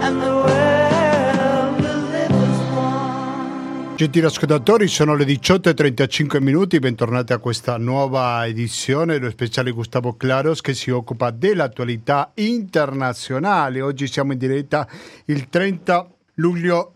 and the world will live as one. Gentili ascoltatori, sono le 18:35, bentornati a questa nuova edizione dello speciale Gustavo Claros che si occupa dell'attualità internazionale. Oggi siamo in diretta il 30 luglio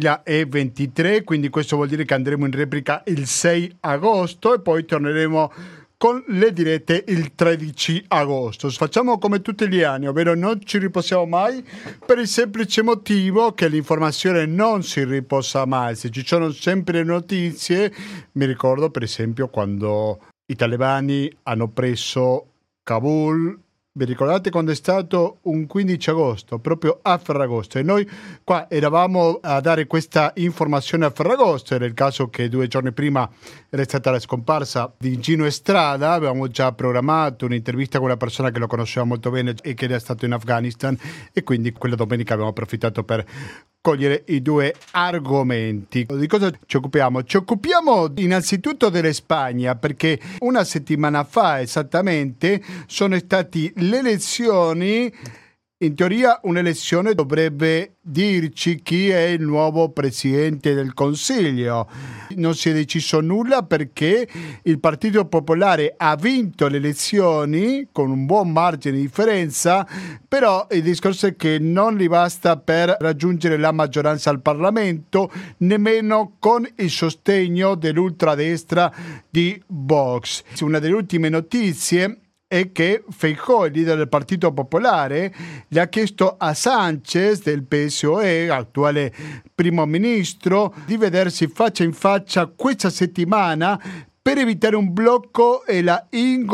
2023, quindi questo vuol dire che andremo in replica il 6 agosto e poi torneremo con le dirette il 13 agosto. Facciamo come tutti gli anni, ovvero non ci riposiamo mai per il semplice motivo che l'informazione non si riposa mai. Se ci sono sempre notizie, mi ricordo per esempio quando i talebani hanno preso Kabul. Vi ricordate quando è stato un 15 agosto, proprio a Ferragosto, e noi qua eravamo a dare questa informazione a Ferragosto. Era il caso che 2 giorni prima era stata la scomparsa di Gino Estrada, avevamo già programmato un'intervista con una persona che lo conosceva molto bene e che era stato in Afghanistan, e quindi quella domenica abbiamo approfittato per cogliere i due argomenti. Di cosa ci occupiamo? Ci occupiamo innanzitutto della Spagna, perché una settimana fa esattamente sono stati le elezioni. In teoria un'elezione dovrebbe dirci chi è il nuovo Presidente del Consiglio. Non si è deciso nulla perché il Partito Popolare ha vinto le elezioni con un buon margine di differenza, però il discorso è che non gli basta per raggiungere la maggioranza al Parlamento, nemmeno con il sostegno dell'ultradestra di Vox. Una delle ultime notizie è che Feijóo, il leader del Partito Popolare, gli ha chiesto a Sánchez del PSOE, attuale primo ministro, di vedersi faccia in faccia questa settimana per evitare un blocco e la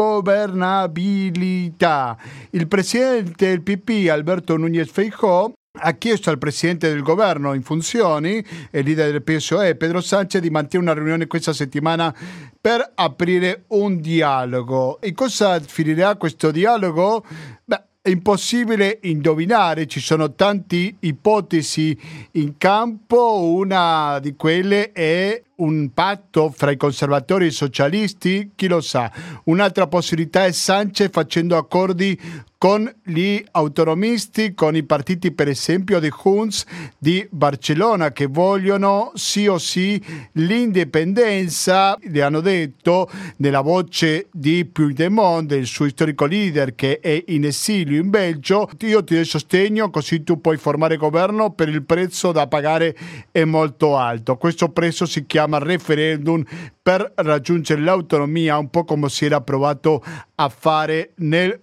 ingovernabilità. Il presidente del PP, Alberto Núñez Feijóo, ha chiesto al presidente del governo in funzioni e leader del PSOE, Pedro Sánchez, di mantenere una riunione questa settimana per aprire un dialogo. E cosa finirà questo dialogo? È impossibile indovinare, ci sono tante ipotesi in campo. Una di quelle è un patto fra i conservatori e i socialisti, chi lo sa. Un'altra possibilità è Sánchez facendo accordi con gli autonomisti, con i partiti per esempio di Junts di Barcellona, che vogliono sì o sì l'indipendenza. Le hanno detto nella voce di Puigdemont, del suo storico leader che è in esilio in Belgio: io ti do sostegno così tu puoi formare governo, per il prezzo da pagare è molto alto. Questo prezzo si chiama referendum per raggiungere l'autonomia, un po' come si era provato a fare nel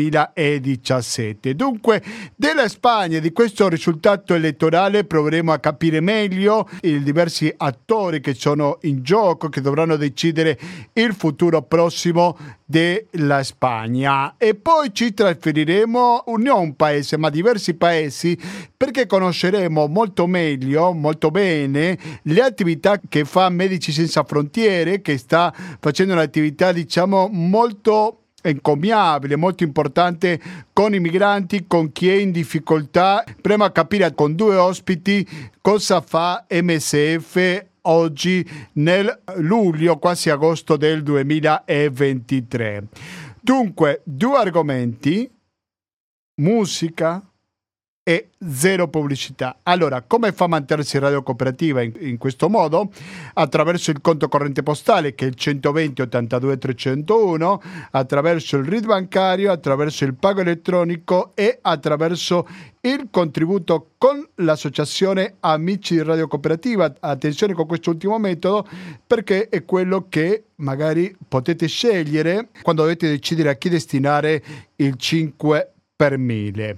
2017. Dunque, della Spagna, di questo risultato elettorale, proveremo a capire meglio i diversi attori che sono in gioco, che dovranno decidere il futuro prossimo della Spagna. E poi ci trasferiremo non a un paese, ma a diversi paesi, perché conosceremo molto meglio, molto bene, le attività che fa Medici Senza Frontiere, che sta facendo un'attività, diciamo, molto encomiabile, molto importante con i migranti, con chi è in difficoltà. Proviamo a capire con 2 ospiti cosa fa MSF oggi nel luglio, quasi agosto del 2023. Dunque, 2 argomenti: musica e zero pubblicità. Allora, come fa a mantenersi Radio Cooperativa in questo modo? Attraverso il conto corrente postale, che è il 120 82 301, attraverso il RID bancario, attraverso il pago elettronico e attraverso il contributo con l'associazione Amici di Radio Cooperativa. Attenzione con quest'ultimo metodo, perché è quello che magari potete scegliere quando dovete decidere a chi destinare il 5 per 1000.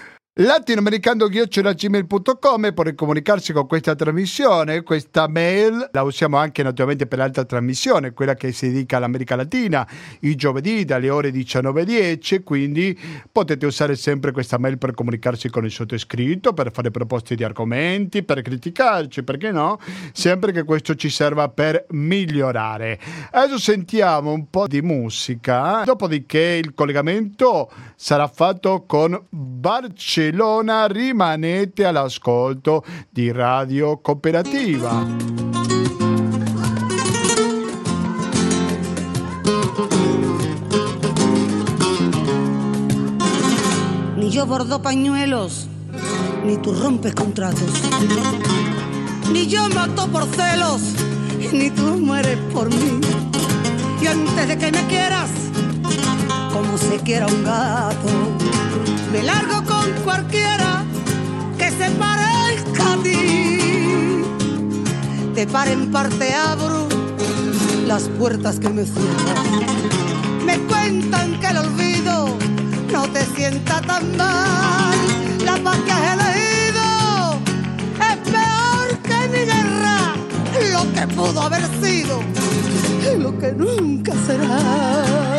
latinoamericano@gmail.com per comunicarsi con questa trasmissione. Questa mail la usiamo anche naturalmente per l'altra trasmissione, quella che si dedica all'America Latina, i giovedì dalle ore 19:10, quindi potete usare sempre questa mail per comunicarsi con il sottoscritto, per fare proposte di argomenti, per criticarci, perché no? Sempre che questo ci serva per migliorare. Adesso sentiamo un po' di musica, dopodiché il collegamento sarà fatto con Barcellona. Rimanete all'ascolto di Radio Cooperativa. Ni yo bordo pañuelos, ni tú rompes contratos, ni yo mato por celos, ni tú mueres por mí. Y antes de que me quieras, como se quiera un gato, me largo con cualquiera que se parezca a ti. De par en par te abro las puertas que me cierran. Me cuentan que el olvido no te sienta tan mal. La paz que has elegido es peor que mi guerra. Lo que pudo haber sido y lo che nunca sarà.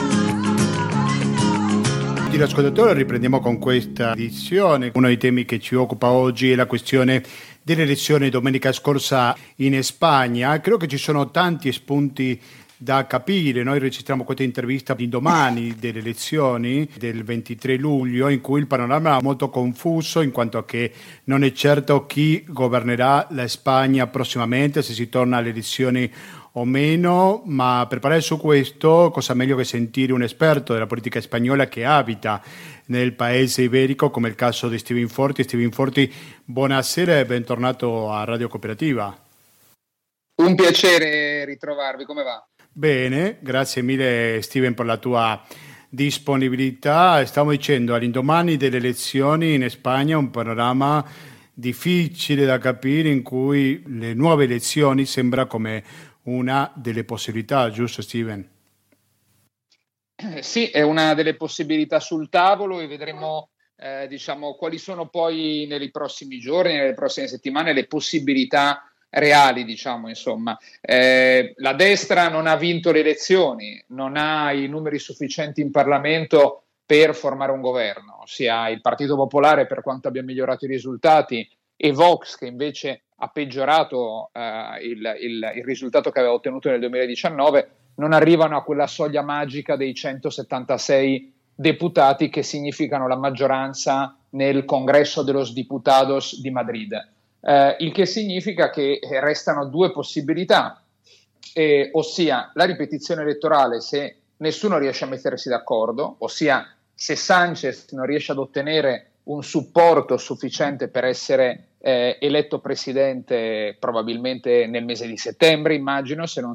Ascoltatore, riprendiamo con questa edizione. Uno dei temi che ci occupa oggi è la questione delle elezioni domenica scorsa in Spagna. Credo che ci sono tanti spunti da capire. Noi registriamo questa intervista domani delle elezioni del 23 luglio in cui il panorama è molto confuso in quanto che non è certo chi governerà la Spagna prossimamente, se si torna alle elezioni o meno, ma per parlare su questo cosa meglio che sentire un esperto della politica spagnola che abita nel paese iberico, come il caso di Steven Forti. Steven Forti, buonasera e bentornato a Radio Cooperativa. Un piacere ritrovarvi, come va? Bene, grazie mille Steven per la tua disponibilità. Stavo dicendo, all'indomani delle elezioni in Spagna un panorama difficile da capire in cui le nuove elezioni sembra come una delle possibilità, giusto Steven? Sì, è una delle possibilità sul tavolo e vedremo quali sono poi nei prossimi giorni, nelle prossime settimane le possibilità reali, insomma. La destra non ha vinto le elezioni, non ha i numeri sufficienti in Parlamento per formare un governo, ossia il Partito Popolare, per quanto abbia migliorato i risultati, e Vox, che invece ha peggiorato il risultato che aveva ottenuto nel 2019, non arrivano a quella soglia magica dei 176 deputati che significano la maggioranza nel Congresso de los Diputados di Madrid. Il che significa che restano due possibilità, ossia la ripetizione elettorale se nessuno riesce a mettersi d'accordo, ossia se Sánchez non riesce ad ottenere un supporto sufficiente per essere eletto presidente probabilmente nel mese di settembre, immagino, se non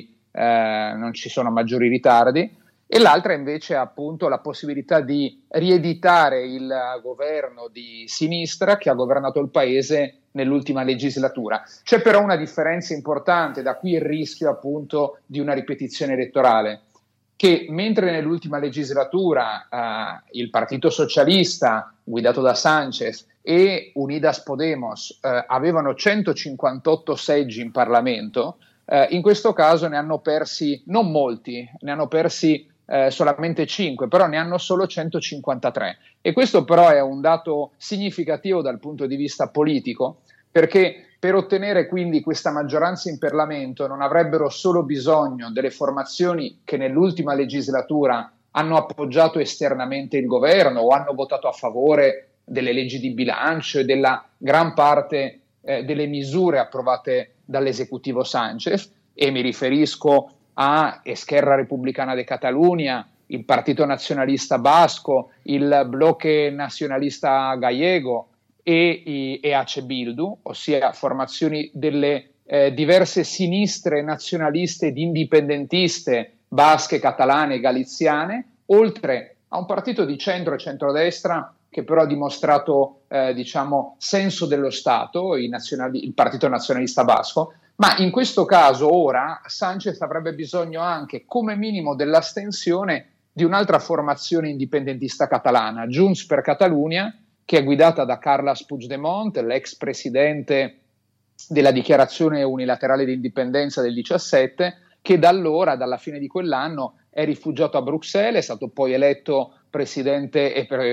ci sono maggiori ritardi, e l'altra invece è appunto la possibilità di rieditare il governo di sinistra che ha governato il paese nell'ultima legislatura. C'è però una differenza importante, da qui il rischio appunto di una ripetizione elettorale, che mentre nell'ultima legislatura il Partito Socialista, guidato da Sánchez, e Unidas Podemos avevano 158 seggi in Parlamento, in questo caso ne hanno persi non molti, ne hanno persi solamente 5, però ne hanno solo 153. E questo però è un dato significativo dal punto di vista politico, perché per ottenere quindi questa maggioranza in Parlamento non avrebbero solo bisogno delle formazioni che nell'ultima legislatura hanno appoggiato esternamente il governo o hanno votato a favore delle leggi di bilancio e della gran parte delle misure approvate dall'esecutivo Sánchez, e mi riferisco a Esquerra Republicana de Catalunya, il Partito Nazionalista Basco, il Bloque Nazionalista Gallego e EH Bildu, ossia formazioni delle diverse sinistre nazionaliste ed indipendentiste basche, catalane e galiziane, oltre a un partito di centro e centrodestra che però ha dimostrato senso dello Stato, il Partito Nazionalista Basco. Ma in questo caso ora Sánchez avrebbe bisogno anche come minimo dell'astensione di un'altra formazione indipendentista catalana, Junts per Catalunya, che è guidata da Carles Puigdemont, l'ex presidente della dichiarazione unilaterale di indipendenza del 17, che da allora, dalla fine di quell'anno, è rifugiato a Bruxelles, è stato poi eletto presidente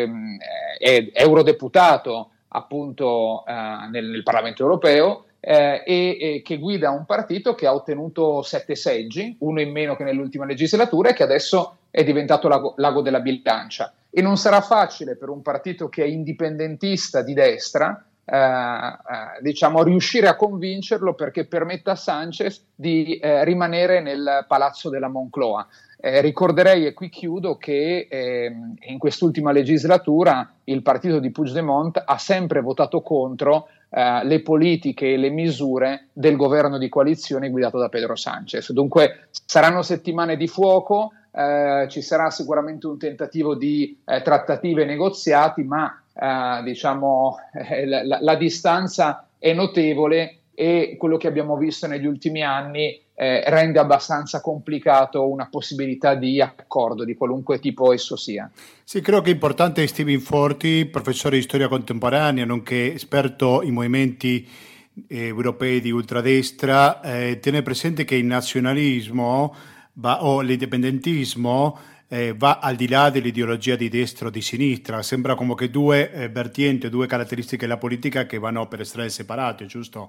e eurodeputato appunto nel Parlamento europeo, e che guida un partito che ha ottenuto 7 seggi, uno in meno che nell'ultima legislatura, e che adesso è diventato l'ago della bilancia. E non sarà facile per un partito che è indipendentista di destra diciamo, riuscire a convincerlo perché permetta a Sanchez di rimanere nel palazzo della Moncloa. Ricorderei, e qui chiudo, che in quest'ultima legislatura il partito di Puigdemont ha sempre votato contro le politiche e le misure del governo di coalizione guidato da Pedro Sánchez. Dunque saranno settimane di fuoco, ci sarà sicuramente un tentativo di trattative e negoziati, ma diciamo la distanza è notevole e quello che abbiamo visto negli ultimi anni rende abbastanza complicato una possibilità di accordo di qualunque tipo esso sia. Sì, credo che è importante Steven Forti, professore di storia contemporanea, nonché esperto in movimenti europei di ultradestra, tenere presente che il nazionalismo o l'indipendentismo va al di là dell'ideologia di destra o di sinistra. Sembra come che due vertienti, due caratteristiche della politica che vanno per strade separate, giusto?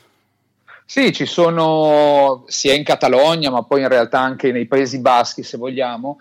Sì, ci sono sia in Catalogna, ma poi in realtà anche nei Paesi Baschi, se vogliamo,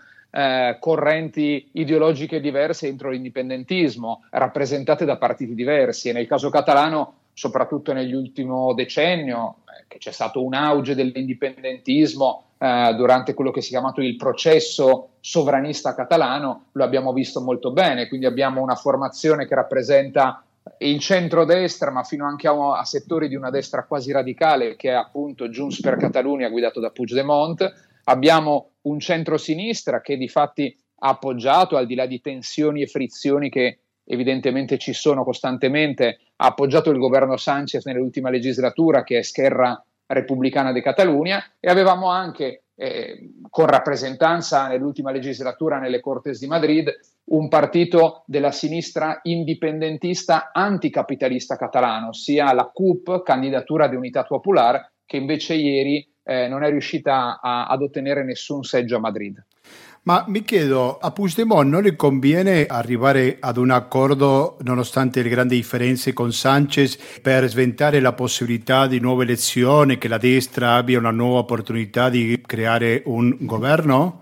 correnti ideologiche diverse entro l'indipendentismo, rappresentate da partiti diversi. E nel caso catalano, soprattutto nell'ultimo decennio, che c'è stato un auge dell'indipendentismo durante quello che si è chiamato il processo sovranista catalano, lo abbiamo visto molto bene. Quindi abbiamo una formazione che rappresenta il centrodestra, ma fino anche a settori di una destra quasi radicale, che è appunto Junts per Catalunya, guidato da Puigdemont. Abbiamo un centrosinistra che di fatti ha appoggiato, al di là di tensioni e frizioni che evidentemente ci sono costantemente, ha appoggiato il governo Sánchez nell'ultima legislatura, che è Esquerra Republicana de Catalunya, e avevamo anche con rappresentanza nell'ultima legislatura nelle Cortes di Madrid un partito della sinistra indipendentista anticapitalista catalano, ossia la CUP, Candidatura de Unitat Popular, che invece ieri non è riuscita ad ottenere nessun seggio a Madrid. Ma mi chiedo, a Puigdemont non le conviene arrivare ad un accordo nonostante le grandi differenze con Sánchez per sventare la possibilità di nuove elezioni, che la destra abbia una nuova opportunità di creare un governo?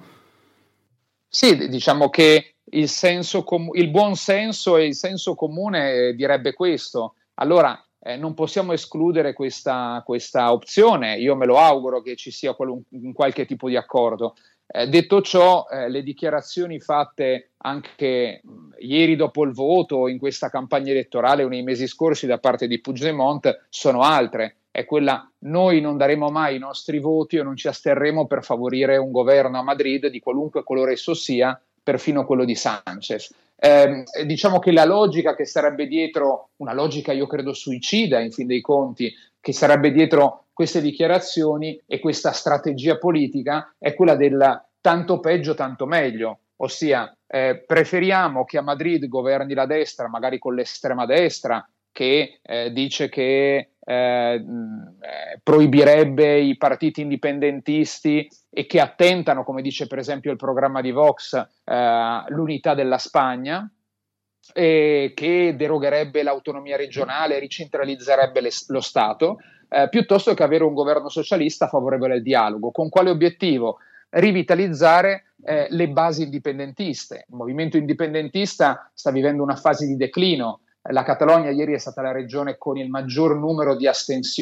Sì, diciamo che il buon senso e il senso comune direbbe questo. Allora, non possiamo escludere questa opzione. Io me lo auguro che ci sia un qualche tipo di accordo. Detto ciò, le dichiarazioni fatte anche ieri dopo il voto, in questa campagna elettorale o nei mesi scorsi da parte di Puigdemont sono altre. È quella: noi non daremo mai i nostri voti o non ci asterremo per favorire un governo a Madrid di qualunque colore esso sia, perfino quello di Sánchez. Diciamo che la logica che sarebbe dietro, una logica io credo suicida in fin dei conti, che sarebbe dietro queste dichiarazioni e questa strategia politica, è quella del tanto peggio tanto meglio, ossia preferiamo che a Madrid governi la destra, magari con l'estrema destra, che dice che proibirebbe i partiti indipendentisti e che attentano, come dice per esempio il programma di Vox, l'unità della Spagna, e che derogherebbe l'autonomia regionale, ricentralizzerebbe lo Stato, piuttosto che avere un governo socialista favorevole al dialogo. Con quale obiettivo? Rivitalizzare le basi indipendentiste. Il movimento indipendentista sta vivendo una fase di declino. La Catalogna ieri è stata la regione con il maggior numero di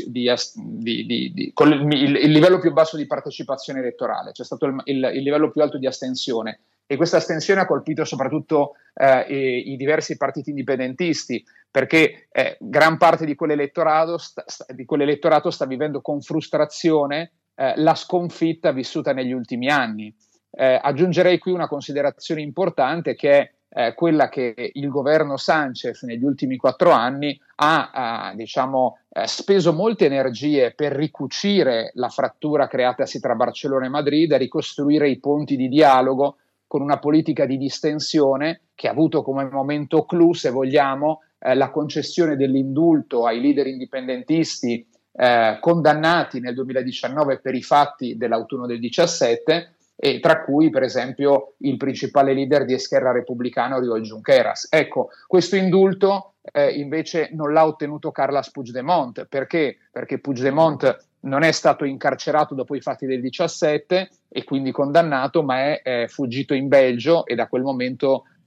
con il livello più basso di partecipazione elettorale, c'è stato il livello più alto di astensione, e questa astensione ha colpito soprattutto i diversi partiti indipendentisti, perché gran parte di quell'elettorato sta vivendo con frustrazione la sconfitta vissuta negli ultimi anni. Aggiungerei qui una considerazione importante, che è quella che il governo Sánchez negli ultimi 4 anni ha speso molte energie per ricucire la frattura creatasi tra Barcellona e Madrid, a ricostruire i ponti di dialogo con una politica di distensione che ha avuto come momento clou, se vogliamo, la concessione dell'indulto ai leader indipendentisti condannati nel 2019 per i fatti dell'autunno del 17, e tra cui per esempio il principale leader di Esquerra Republicana, Oriol Junqueras. Ecco, questo indulto invece non l'ha ottenuto Carles Puigdemont. Perché? Perché Puigdemont non è stato incarcerato dopo i fatti del 17 e quindi condannato, ma è fuggito in Belgio, e da quel momento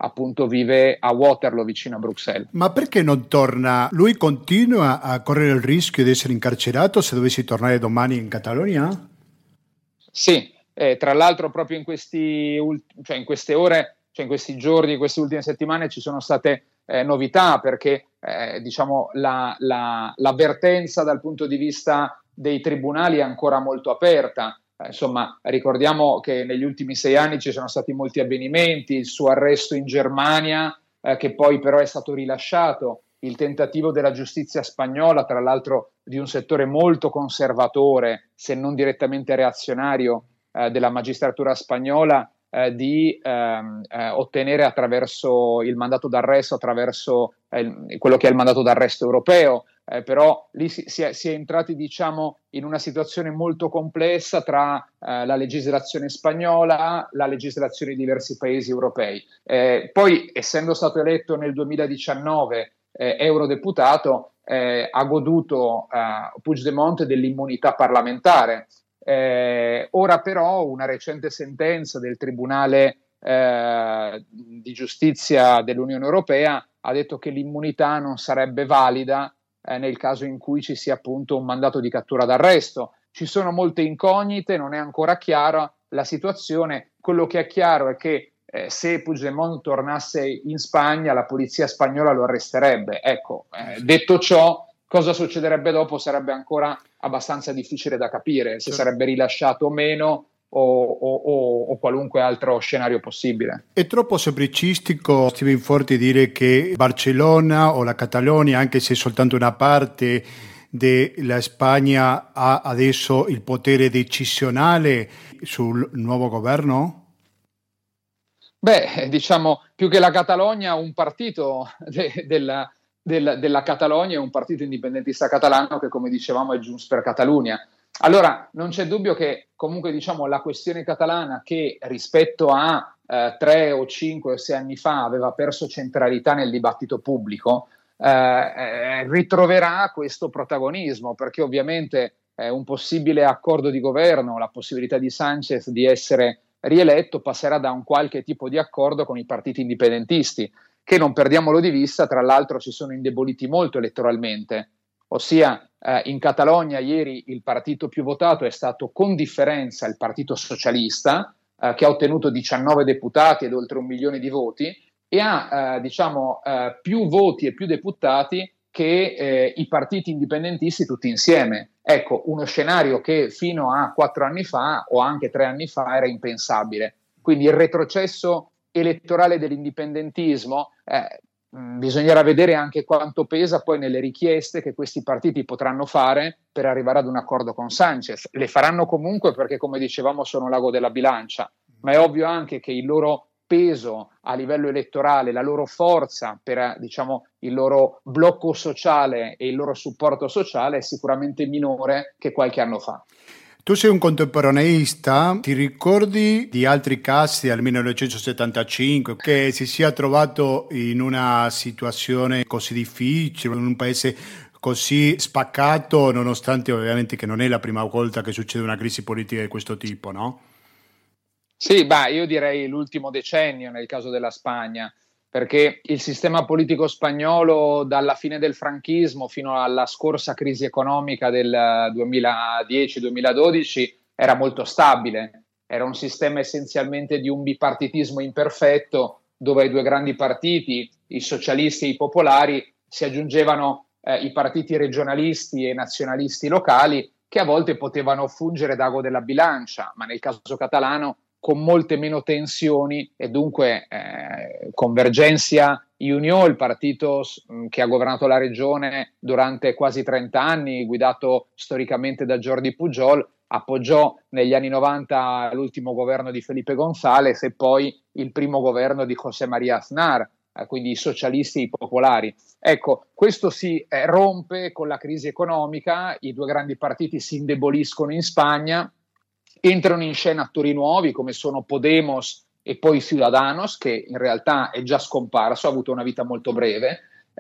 appunto vive a Waterloo, vicino a Bruxelles. Ma perché non torna? Lui continua a correre il rischio di essere incarcerato se dovessi tornare domani in Catalogna? Sì, tra l'altro proprio in in queste ore, cioè in questi giorni, in queste ultime settimane ci sono state novità, perché diciamo l'avvertenza dal punto di vista dei tribunali è ancora molto aperta. Insomma, ricordiamo che negli ultimi 6 anni ci sono stati molti avvenimenti, il suo arresto in Germania, che poi però è stato rilasciato, il tentativo della giustizia spagnola, tra l'altro di un settore molto conservatore, se non direttamente reazionario, della magistratura spagnola, di ottenere attraverso il mandato d'arresto, attraverso quello che è il mandato d'arresto europeo. Però lì si è entrati, diciamo, in una situazione molto complessa tra la legislazione spagnola, la legislazione di diversi paesi europei. Poi, essendo stato eletto nel 2019 eurodeputato, ha goduto Puigdemont dell'immunità parlamentare. Ora però una recente sentenza del Tribunale di Giustizia dell'Unione Europea ha detto che l'immunità non sarebbe valida nel caso in cui ci sia appunto un mandato di cattura d'arresto. Ci sono molte incognite, non è ancora chiara la situazione. Quello che è chiaro è che se Puigdemont tornasse in Spagna, la polizia spagnola lo arresterebbe. Ecco, detto ciò, cosa succederebbe dopo sarebbe ancora abbastanza difficile da capire, se sarebbe rilasciato o meno, o qualunque altro scenario possibile. È troppo semplicistico, Steven Forti, dire che Barcellona o la Catalogna, anche se soltanto una parte della Spagna, ha adesso il potere decisionale sul nuovo governo? Beh, diciamo, più che la Catalogna, un partito della Catalogna è un partito indipendentista catalano che, come dicevamo, è Junts per Catalunya. Allora, non c'è dubbio che comunque, diciamo, la questione catalana, che rispetto a 3 o 5 o 6 anni fa aveva perso centralità nel dibattito pubblico, ritroverà questo protagonismo, perché ovviamente un possibile accordo di governo, la possibilità di Sánchez di essere rieletto, passerà da un qualche tipo di accordo con i partiti indipendentisti, che, non perdiamolo di vista, tra l'altro si sono indeboliti molto elettoralmente. Ossia, in Catalogna ieri il partito più votato è stato con differenza il Partito Socialista, che ha ottenuto 19 deputati ed oltre 1 milione di voti, e ha più voti e più deputati che i partiti indipendentisti tutti insieme. Ecco, uno scenario che fino a 4 anni fa o anche 3 anni fa era impensabile. Quindi il retrocesso elettorale dell'indipendentismo, bisognerà vedere anche quanto pesa poi nelle richieste che questi partiti potranno fare per arrivare ad un accordo con Sánchez. Le faranno comunque perché, come dicevamo, sono l'ago della bilancia, ma è ovvio anche che il loro peso a livello elettorale, la loro forza per, diciamo, il loro blocco sociale e il loro supporto sociale è sicuramente minore che qualche anno fa. Tu sei un contemporaneista, ti ricordi di altri casi del 1975 che si sia trovato in una situazione così difficile, in un paese così spaccato, nonostante ovviamente che non è la prima volta che succede una crisi politica di questo tipo, no? Sì, io direi l'ultimo decennio nel caso della Spagna, perché il sistema politico spagnolo dalla fine del franchismo fino alla scorsa crisi economica del 2010-2012 era molto stabile. Era un sistema essenzialmente di un bipartitismo imperfetto, dove ai 2 grandi partiti, i socialisti e i popolari, si aggiungevano i partiti regionalisti e nazionalisti locali, che a volte potevano fungere d'ago della bilancia, ma nel caso catalano con molte meno tensioni, e dunque Convergencia i Unió, il partito che ha governato la regione durante quasi 30 anni, guidato storicamente da Jordi Pujol, appoggiò negli anni 90 l'ultimo governo di Felipe González e poi il primo governo di José María Aznar, quindi i socialisti e i popolari. Ecco, questo si rompe con la crisi economica, i 2 grandi partiti si indeboliscono in Spagna, entrano in scena attori nuovi come sono Podemos e poi Ciudadanos, che in realtà è già scomparso, ha avuto una vita molto breve,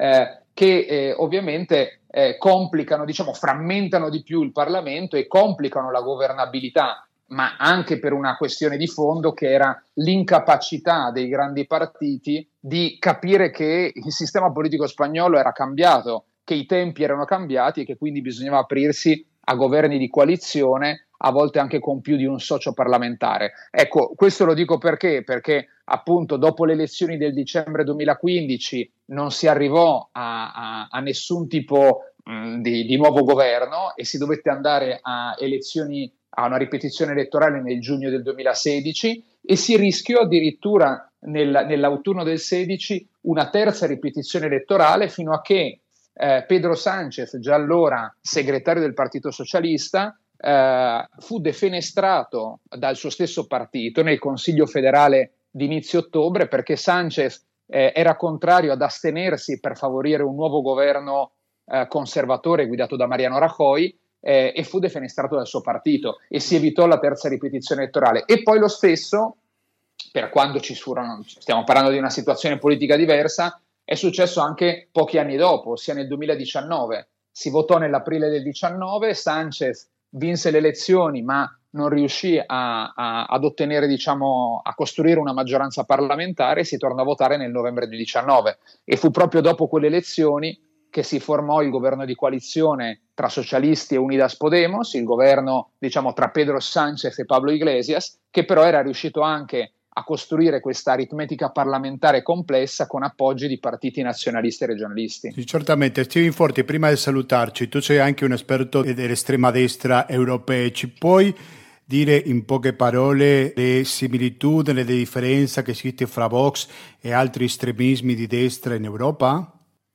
che ovviamente complicano, diciamo, frammentano di più il Parlamento e complicano la governabilità ma anche per una questione di fondo che era l'incapacità dei grandi partiti di capire che il sistema politico spagnolo era cambiato, che i tempi erano cambiati e che quindi bisognava aprirsi a governi di coalizione, a volte anche con più di un socio parlamentare. Ecco, questo lo dico perché appunto dopo le elezioni del dicembre 2015 non si arrivò a nessun tipo di nuovo governo e si dovette andare a elezioni, a una ripetizione elettorale nel giugno del 2016 e si rischiò addirittura nell'autunno del 16 una terza ripetizione elettorale fino a che Pedro Sánchez, già allora segretario del Partito Socialista, fu defenestrato dal suo stesso partito nel Consiglio federale di inizio ottobre perché Sánchez era contrario ad astenersi per favorire un nuovo governo conservatore guidato da Mariano Rajoy e fu defenestrato dal suo partito e si evitò la terza ripetizione elettorale. E poi lo stesso, per quando stiamo parlando di una situazione politica diversa, è successo anche pochi anni dopo, ossia nel 2019. Si votò nell'aprile del 19, Sánchez vinse le elezioni ma non riuscì ad ottenere, diciamo, a costruire una maggioranza parlamentare e si tornò a votare nel novembre del 19 e fu proprio dopo quelle elezioni che si formò il governo di coalizione tra socialisti e Unidas Podemos, il governo, diciamo, tra Pedro Sánchez e Pablo Iglesias, che però era riuscito anche a costruire questa aritmetica parlamentare complessa con appoggi di partiti nazionalisti e regionalisti. Sì, certamente. Steven Forti, prima di salutarci, tu sei anche un esperto dell'estrema destra europea, ci puoi dire in poche parole le similitudini, le differenze che esiste fra Vox e altri estremismi di destra in Europa?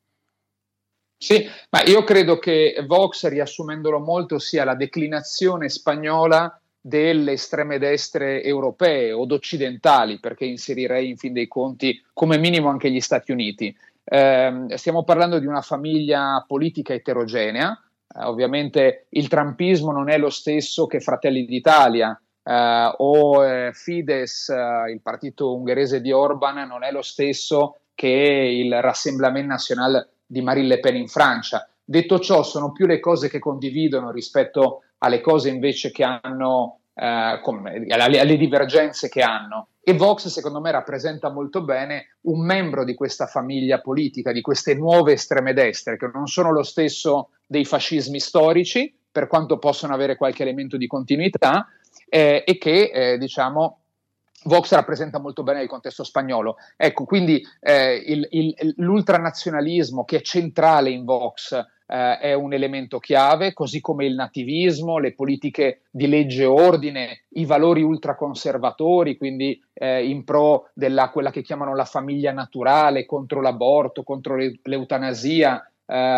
Sì, ma io credo che Vox, riassumendolo molto, sia la declinazione spagnola delle estreme destre europee o occidentali, perché inserirei in fin dei conti come minimo anche gli Stati Uniti. Stiamo parlando di una famiglia politica eterogenea. Ovviamente il trumpismo non è lo stesso che Fratelli d'Italia o Fidesz, il partito ungherese di Orban, non è lo stesso che il Rassemblement National di Marine Le Pen in Francia. Detto ciò, sono più le cose che condividono rispetto alle cose invece che hanno, alle divergenze che hanno. E Vox, secondo me, rappresenta molto bene un membro di questa famiglia politica, di queste nuove estreme destre, che non sono lo stesso dei fascismi storici, per quanto possono avere qualche elemento di continuità, e che, diciamo, Vox rappresenta molto bene il contesto spagnolo. Ecco, quindi l'ultranazionalismo che è centrale in Vox è un elemento chiave, così come il nativismo, le politiche di legge e ordine, i valori ultraconservatori, quindi in pro della quella che chiamano la famiglia naturale, contro l'aborto, contro l'eutanasia,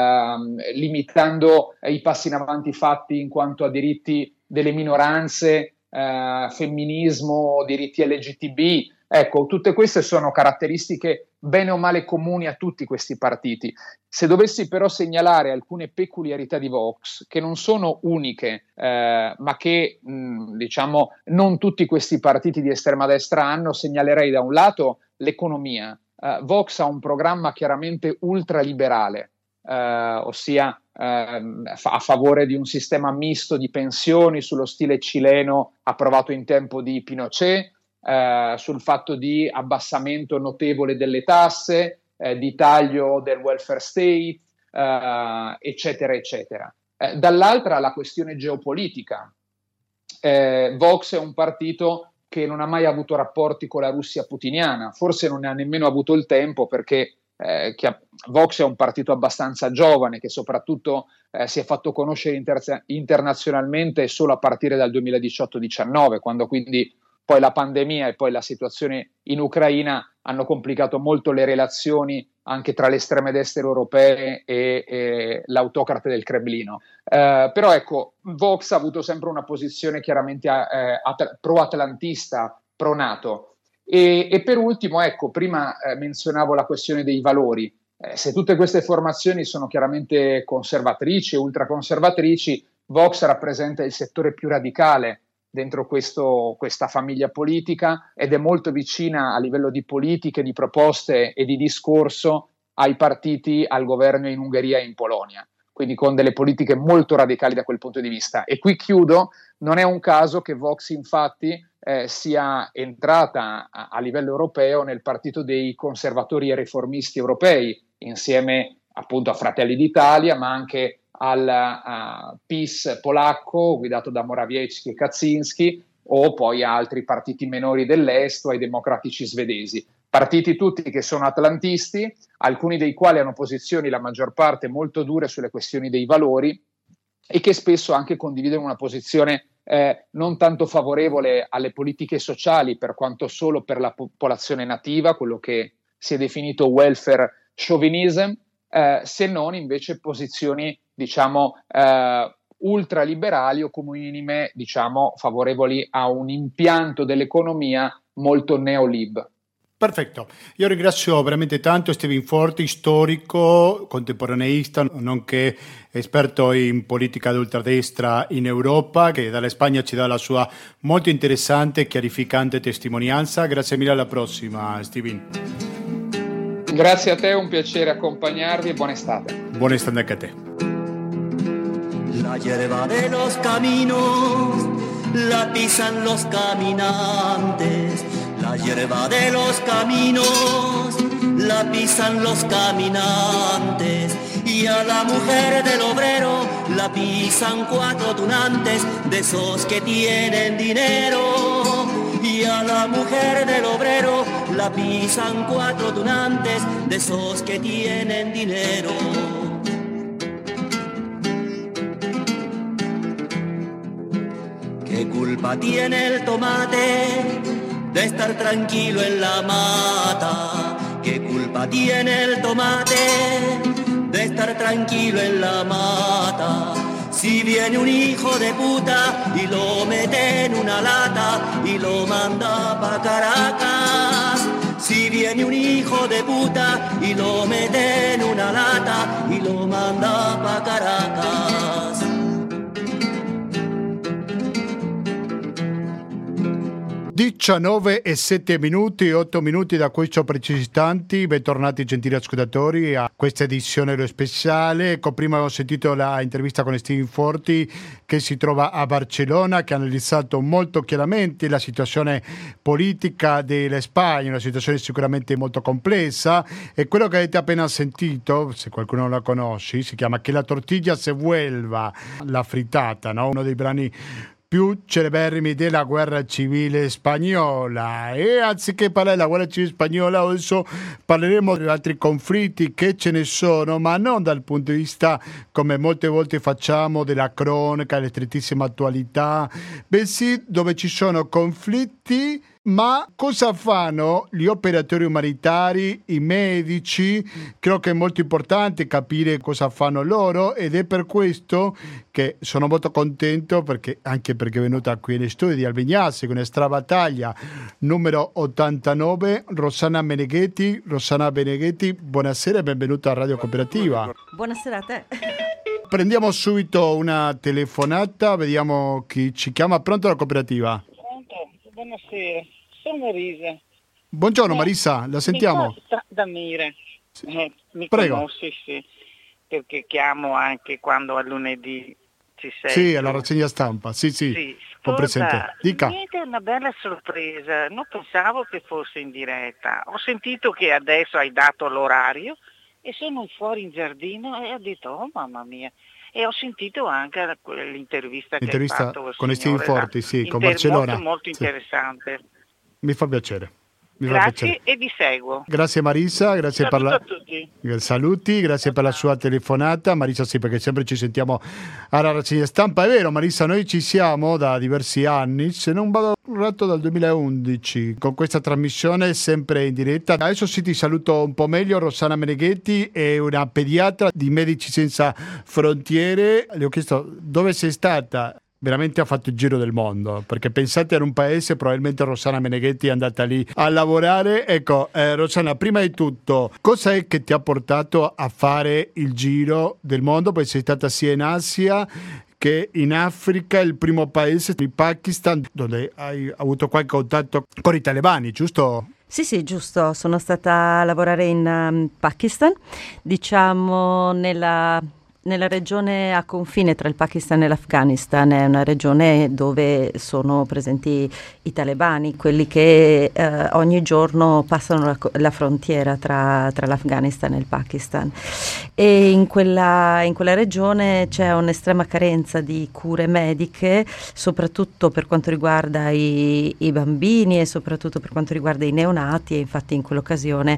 limitando i passi in avanti fatti in quanto a diritti delle minoranze, femminismo, diritti LGTB. Ecco, tutte queste sono caratteristiche bene o male comuni a tutti questi partiti. Se dovessi però segnalare alcune peculiarità di Vox, che non sono uniche, ma che diciamo non tutti questi partiti di estrema destra hanno, segnalerei da un lato l'economia. Vox ha un programma chiaramente ultraliberale, ossia a favore di un sistema misto di pensioni sullo stile cileno approvato in tempo di Pinochet, sul fatto di abbassamento notevole delle tasse, di taglio del welfare state, eccetera, eccetera. Dall'altra la questione geopolitica. Vox è un partito che non ha mai avuto rapporti con la Russia putiniana, forse non ne ha nemmeno avuto il tempo perché Vox è un partito abbastanza giovane che soprattutto si è fatto conoscere internazionalmente solo a partire dal 2018-19, quando quindi poi la pandemia e poi la situazione in Ucraina hanno complicato molto le relazioni anche tra le estreme destre europee e l'autocrate del Cremlino. Però ecco, Vox ha avuto sempre una posizione chiaramente pro-atlantista, pro-NATO. E per ultimo, ecco, prima menzionavo la questione dei valori. Se tutte queste formazioni sono chiaramente conservatrici e ultraconservatrici, Vox rappresenta il settore più radicale dentro questa famiglia politica ed è molto vicina a livello di politiche, di proposte e di discorso ai partiti al governo in Ungheria e in Polonia. quindi con delle politiche molto radicali da quel punto di vista. E qui chiudo, non è un caso che Vox infatti sia entrata a livello europeo nel partito dei conservatori e riformisti europei, insieme appunto a Fratelli d'Italia, ma anche al PiS polacco guidato da Morawiecki e Kaczynski, o poi a altri partiti minori dell'est o ai democratici svedesi. Partiti tutti che sono atlantisti, alcuni dei quali hanno posizioni, la maggior parte, molto dure sulle questioni dei valori e che spesso anche condividono una posizione non tanto favorevole alle politiche sociali per quanto solo per la popolazione nativa, quello che si è definito welfare chauvinism, se non invece posizioni, diciamo, ultraliberali o come minime, diciamo, favorevoli a un impianto dell'economia molto neolib. Perfetto, io ringrazio veramente tanto Steven Forti, storico, contemporaneista, nonché esperto in politica d'ultradestra in Europa, che dalla Spagna ci dà la sua molto interessante e chiarificante testimonianza. Grazie mille, alla prossima Steven. Grazie a te, è un piacere accompagnarvi e buona estate. Buona estate anche a te. La hierba de los caminos la pisan los caminantes. La hierba de los caminos la pisan los caminantes. Y a la mujer del obrero la pisan 4 tunantes, de esos que tienen dinero. Y a la mujer del obrero la pisan 4 tunantes, de esos que tienen dinero. ¿Qué culpa tiene el tomate de estar tranquilo en la mata? ¿Qué culpa tiene el tomate de estar tranquilo en la mata? Si viene un hijo de puta y lo mete en una lata y lo manda pa' Caracas. Si viene un hijo de puta y lo mete en una lata y lo manda pa' Caracas. Diciannove e 7 minuti, 8 minuti da questo preciso istanti. Bentornati gentili ascoltatori a questa edizione speciale. Ecco, prima abbiamo sentito l'intervista con Steven Forti, che si trova a Barcellona, che ha analizzato molto chiaramente la situazione politica della Spagna, una situazione sicuramente molto complessa, e quello che avete appena sentito, se qualcuno non la conosce, si chiama Che la tortilla se vuelva, la frittata, no? Uno dei brani più celeberrimi della guerra civile spagnola. E anziché parlare della guerra civile spagnola, adesso parleremo di altri conflitti che ce ne sono, ma non dal punto di vista, come molte volte facciamo, della cronaca, della strettissima attualità, bensì dove ci sono conflitti. Ma cosa fanno gli operatori umanitari, i medici? Credo che è molto importante capire cosa fanno loro, ed è per questo che sono molto contento, anche perché è venuta qui negli studi di Albignassi con Extra Battaglia numero 89, Rossana Meneghetti. Rossana Meneghetti, buonasera e benvenuta a Radio Cooperativa. Buonasera a te. Prendiamo subito una telefonata, vediamo chi ci chiama. Pronto la cooperativa? Buonasera, sono Marisa. Buongiorno Marisa, la sentiamo. Da Mire. Sì. Mi Prego. conosci, sì, perché chiamo anche quando a lunedì ci sei. Sì, alla rassegna stampa, sì, ho presente. Dica. Niente, è una bella sorpresa, non pensavo che fosse in diretta. Ho sentito che adesso hai dato l'orario e sono fuori in giardino e ho detto, oh mamma mia. E ho sentito anche l'intervista che hai fatto con Steven Forti, sì, con Barcellona. Molto interessante. Mi fa piacere. Grazie e vi seguo. Grazie Marisa, grazie per a tutti. Saluti, grazie per la sua telefonata. Marisa, sì, perché sempre ci sentiamo alla rassegna stampa. È vero Marisa, noi ci siamo da diversi anni, se non vado errato dal 2011, con questa trasmissione sempre in diretta. Adesso sì, ti saluto un po' meglio. Rossana Meneghetti è una pediatra di Medici Senza Frontiere. Le ho chiesto dove sei stata. Veramente ha fatto il giro del mondo, perché pensate ad un paese, probabilmente Rossana Meneghetti è andata lì a lavorare. Ecco, Rossana, prima di tutto, cosa è che ti ha portato a fare il giro del mondo? Poi sei stata sia in Asia che in Africa, il primo paese, il Pakistan, dove hai avuto qualche contatto con i talebani, giusto? Sì, giusto. Sono stata a lavorare in Pakistan, diciamo nella nella regione a confine tra il Pakistan e l'Afghanistan, è una regione dove sono presenti i talebani, quelli che ogni giorno passano la frontiera tra l'Afghanistan e il Pakistan. E in quella regione c'è un'estrema carenza di cure mediche, soprattutto per quanto riguarda i bambini e soprattutto per quanto riguarda i neonati, e infatti in quell'occasione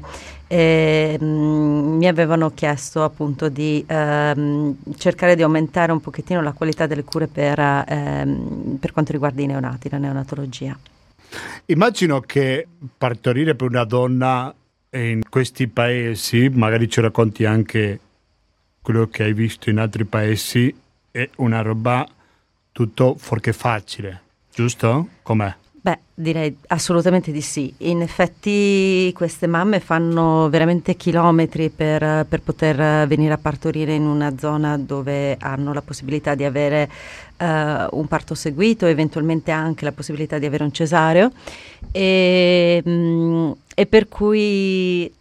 mi avevano chiesto appunto di cercare di aumentare un pochettino la qualità delle cure per quanto riguarda i neonati, la neonatologia. Immagino che partorire per una donna in questi paesi, magari ci racconti anche quello che hai visto in altri paesi, è una roba tutto fuorché facile, giusto? Com'è? Beh, direi assolutamente di sì. In effetti queste mamme fanno veramente chilometri per poter venire a partorire in una zona dove hanno la possibilità di avere un parto seguito, eventualmente anche la possibilità di avere un cesareo, e per cui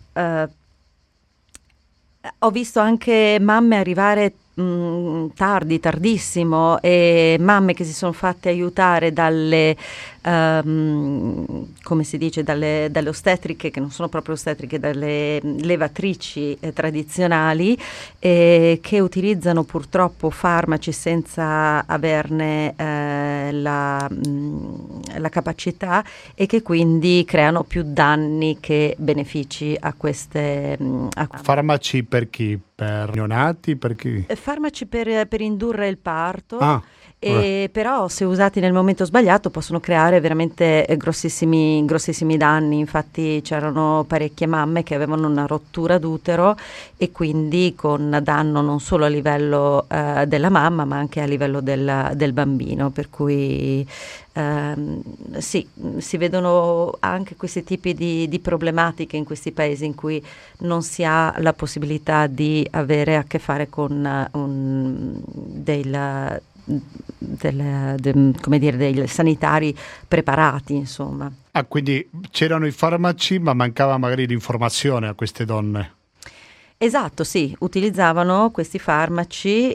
ho visto anche mamme arrivare tardissimo, e mamme che si sono fatte aiutare dalle come si dice, dalle ostetriche, che non sono proprio ostetriche, dalle levatrici tradizionali, che utilizzano purtroppo farmaci senza averne la capacità, e che quindi creano più danni che benefici a queste farmaci per chi? Per neonati? Per chi? Farmaci per indurre il parto. Però se usati nel momento sbagliato possono creare veramente grossissimi danni. Infatti c'erano parecchie mamme che avevano una rottura d'utero, e quindi con danno non solo a livello della mamma ma anche a livello del bambino, per cui sì, si vedono anche questi tipi di problematiche in questi paesi in cui non si ha la possibilità di avere a che fare con come dire, dei sanitari preparati, insomma. Quindi c'erano i farmaci, ma mancava magari l'informazione a queste donne. Esatto, sì, utilizzavano questi farmaci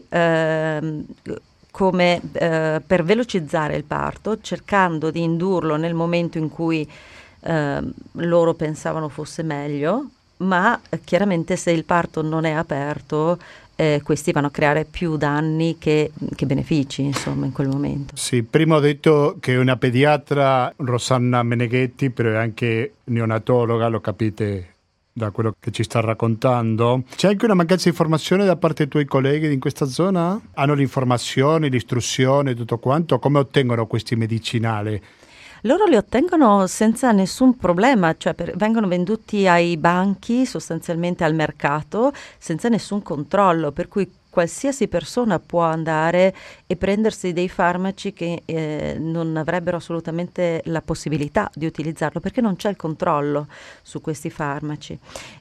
come per velocizzare il parto, cercando di indurlo nel momento in cui loro pensavano fosse meglio, ma chiaramente se il parto non è aperto, questi vanno a creare più danni che benefici, insomma, in quel momento. Sì, prima ho detto che è una pediatra, Rosanna Meneghetti, però è anche neonatologa, lo capite da quello che ci sta raccontando. C'è anche una mancanza di informazione da parte dei tuoi colleghi in questa zona? Hanno l'informazione, l'istruzione, tutto quanto? Come ottengono questi medicinali? Loro li ottengono senza nessun problema, cioè vengono venduti ai banchi, sostanzialmente al mercato, senza nessun controllo, per cui qualsiasi persona può andare e prendersi dei farmaci che non avrebbero assolutamente la possibilità di utilizzarlo, perché non c'è il controllo su questi farmaci.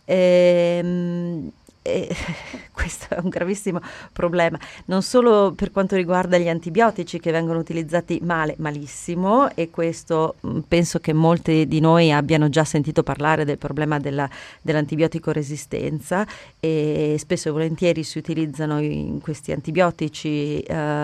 Questo è un gravissimo problema, non solo per quanto riguarda gli antibiotici, che vengono utilizzati malissimo, e questo penso che molti di noi abbiano già sentito parlare del problema dell'antibiotico resistenza, e spesso e volentieri si utilizzano questi antibiotici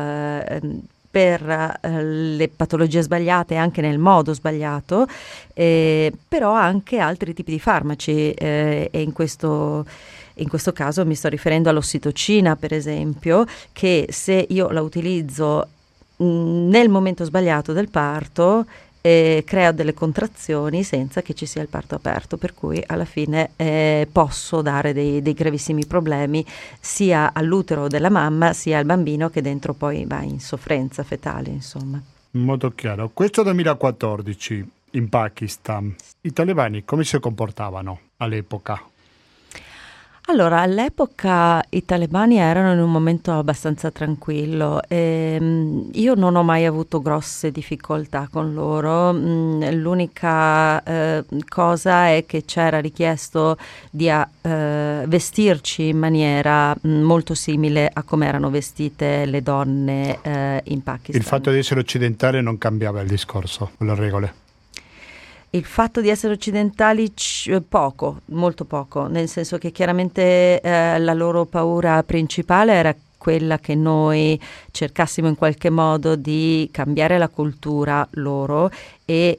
per le patologie sbagliate, anche nel modo sbagliato, però anche altri tipi di farmaci, e in questo caso mi sto riferendo all'ossitocina, per esempio, che se io la utilizzo nel momento sbagliato del parto crea delle contrazioni senza che ci sia il parto aperto, per cui alla fine posso dare dei gravissimi problemi sia all'utero della mamma sia al bambino, che dentro poi va in sofferenza fetale, insomma. Molto chiaro. Questo 2014 in Pakistan, i talebani come si comportavano all'epoca? Allora, all'epoca i talebani erano in un momento abbastanza tranquillo, io non ho mai avuto grosse difficoltà con loro. L'unica cosa è che c'era richiesto di vestirci in maniera molto simile a come erano vestite le donne in Pakistan. Il fatto di essere occidentale non cambiava il discorso, le regole? Il fatto di essere occidentali molto poco, nel senso che chiaramente la loro paura principale era quella che noi cercassimo in qualche modo di cambiare la cultura loro e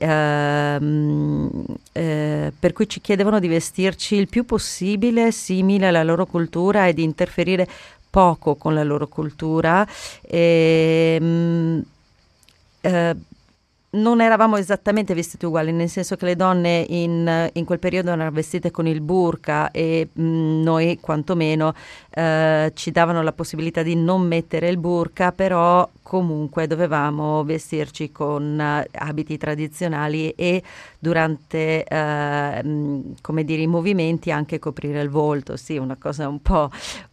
per cui ci chiedevano di vestirci il più possibile simile alla loro cultura e di interferire poco con la loro cultura. Non eravamo esattamente vestiti uguali, nel senso che le donne in quel periodo erano vestite con il burqa e noi quantomeno ci davano la possibilità di non mettere il burqa, però comunque dovevamo vestirci con abiti tradizionali e durante come dire, i movimenti anche coprire il volto. Sì, una cosa un po'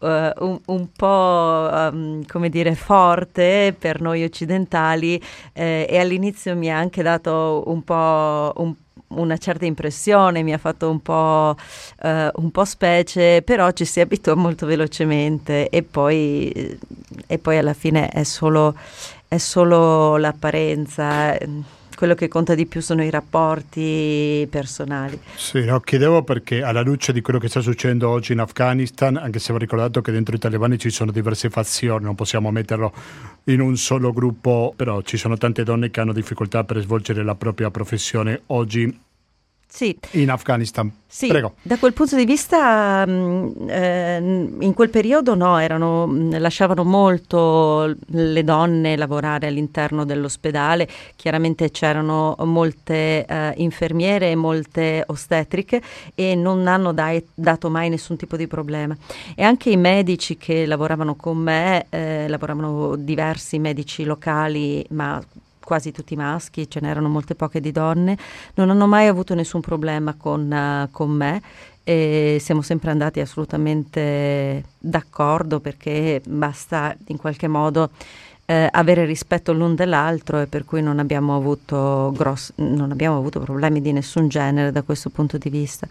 come dire forte per noi occidentali, e all'inizio mi ha anche dato un po' una certa impressione, mi ha fatto un po' specie, però ci si abituò molto velocemente e poi alla fine è solo l'apparenza. Quello che conta di più sono i rapporti personali. Sì, no, chiedevo perché alla luce di quello che sta succedendo oggi in Afghanistan, anche se va ricordato che dentro i talebani ci sono diverse fazioni, non possiamo metterlo in un solo gruppo, però ci sono tante donne che hanno difficoltà per svolgere la propria professione oggi. Sì. In Afghanistan. Sì, prego. Da quel punto di vista in quel periodo lasciavano molto le donne lavorare all'interno dell'ospedale. Chiaramente c'erano molte infermiere e molte ostetriche e non hanno dato mai nessun tipo di problema. E anche i medici che lavoravano con me, lavoravano diversi medici locali, ma quasi tutti maschi, ce n'erano molte poche di donne, non hanno mai avuto nessun problema con me e siamo sempre andati assolutamente d'accordo, perché basta in qualche modo avere rispetto l'un dell'altro, e per cui non abbiamo avuto problemi di nessun genere da questo punto di vista.